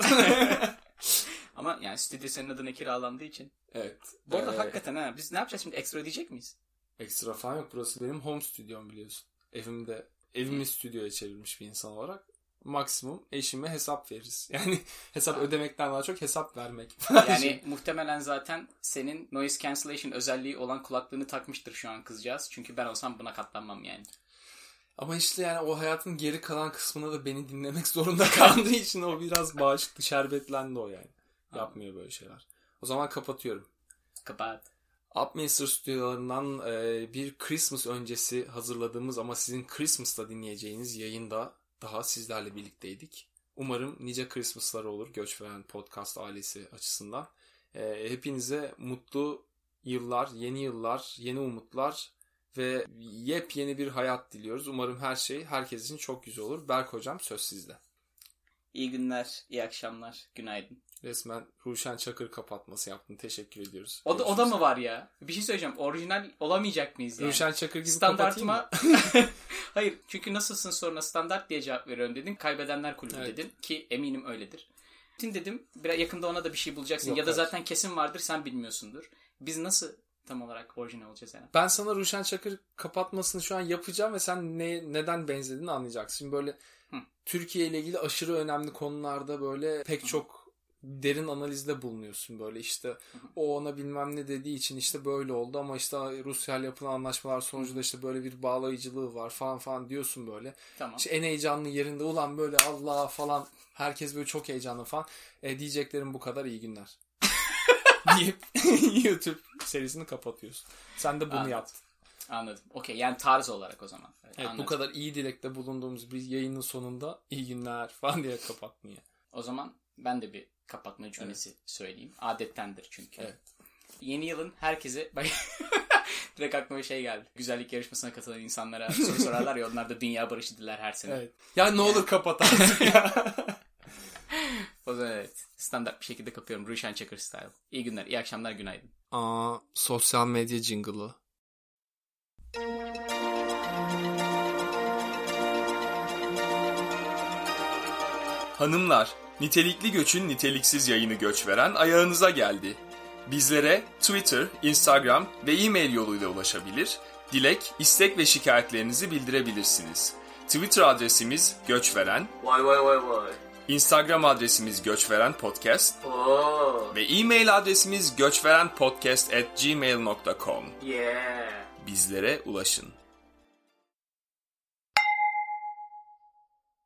Ama yani stüdyo senin adına kiralandığı için. Evet. Bu arada ee... hakikaten ha. Biz ne yapacağız şimdi? Ekstra ödeyecek miyiz? Ekstra falan yok. Burası benim home stüdyom biliyorsun. Evimde, evimi stüdyoya çevirmiş bir insan olarak maksimum eşime hesap veririz. Yani hesap ha. ödemekten daha çok hesap vermek. Yani muhtemelen zaten senin noise cancellation özelliği olan kulaklığını takmıştır şu an kızcağız. Çünkü ben olsam buna katlanmam yani. Ama işte yani o hayatın geri kalan kısmında da beni dinlemek zorunda kaldığı için o biraz bağışıklı, şerbetlendi o yani. Yapmıyor böyle şeyler. O zaman kapatıyorum. Kapat. Upminster stüdyolarından e, bir Christmas öncesi hazırladığımız ama sizin Christmas'ta dinleyeceğiniz yayında daha sizlerle birlikteydik. Umarım nice Christmas'lar olur Göçveren Podcast ailesi açısından. E, hepinize mutlu yıllar, yeni yıllar, yeni umutlar ve yepyeni bir hayat diliyoruz. Umarım her şey herkes için çok güzel olur. Berk Hocam söz sizde. İyi günler, iyi akşamlar, günaydın. Resmen Ruşen Çakır kapatması yaptın. Teşekkür ediyoruz. O da, o da mı var ya? Bir şey söyleyeceğim. Orijinal olamayacak mıyız yani? Ruşen Çakır gibi standartıma... Hayır. Çünkü nasılsın sonra standart diye cevap veriyorum dedin. Kaybedenler kulübü evet. dedin. Ki eminim öyledir. Dedim biraz yakında ona da bir şey bulacaksın. Yok, ya da hayır. Zaten kesin vardır sen bilmiyorsundur. Biz nasıl tam olarak orijinal olacağız yani? Ben sana Ruşen Çakır kapatmasını şu an yapacağım ve sen ne, neden benzediğini anlayacaksın. Şimdi böyle Hı. Türkiye ile ilgili aşırı önemli konularda böyle pek Hı. çok derin analizde bulunuyorsun böyle işte Hı. o ona bilmem ne dediği için işte böyle oldu ama işte Rusya ile yapılan anlaşmalar sonucunda işte böyle bir bağlayıcılığı var falan falan diyorsun böyle. Tamam. İşte en heyecanlı yerinde ulan böyle Allah falan herkes böyle çok heyecanlı falan e, diyeceklerim bu kadar iyi günler deyip YouTube serisini kapatıyorsun. Sen de bunu Anladım. Yaptın. Anladım. Okey, yani tarz olarak o zaman. Evet, evet, bu kadar iyi dilekte bulunduğumuz bir yayının sonunda iyi günler falan diye kapatmaya. O zaman ben de bir kapatma cümlesi evet. söyleyeyim. Adettendir çünkü. Evet. Yeni yılın herkese... Direkt aklıma bir şey geldi. Güzellik yarışmasına katılan insanlara soru sorarlar ya, onlar da dünya barışı diler her sene. Evet. Ya ne olur kapat artık ya. O zaman evet. Standart bir şekilde kapıyorum. Ruşen Çakır style. İyi günler, iyi akşamlar, günaydın. Aa, sosyal medya jingle'ı. Hanımlar, nitelikli göçün niteliksiz yayını Göç Veren ayağınıza geldi. Bizlere Twitter, Instagram ve e-mail yoluyla ulaşabilir, dilek, istek ve şikayetlerinizi bildirebilirsiniz. Twitter adresimiz Göçveren, Vay vay vay vay. Instagram adresimiz Göçveren Podcast Oo. ve e-mail adresimiz göçverenpodcast at gmail nokta com. Yeah. Bizlere ulaşın.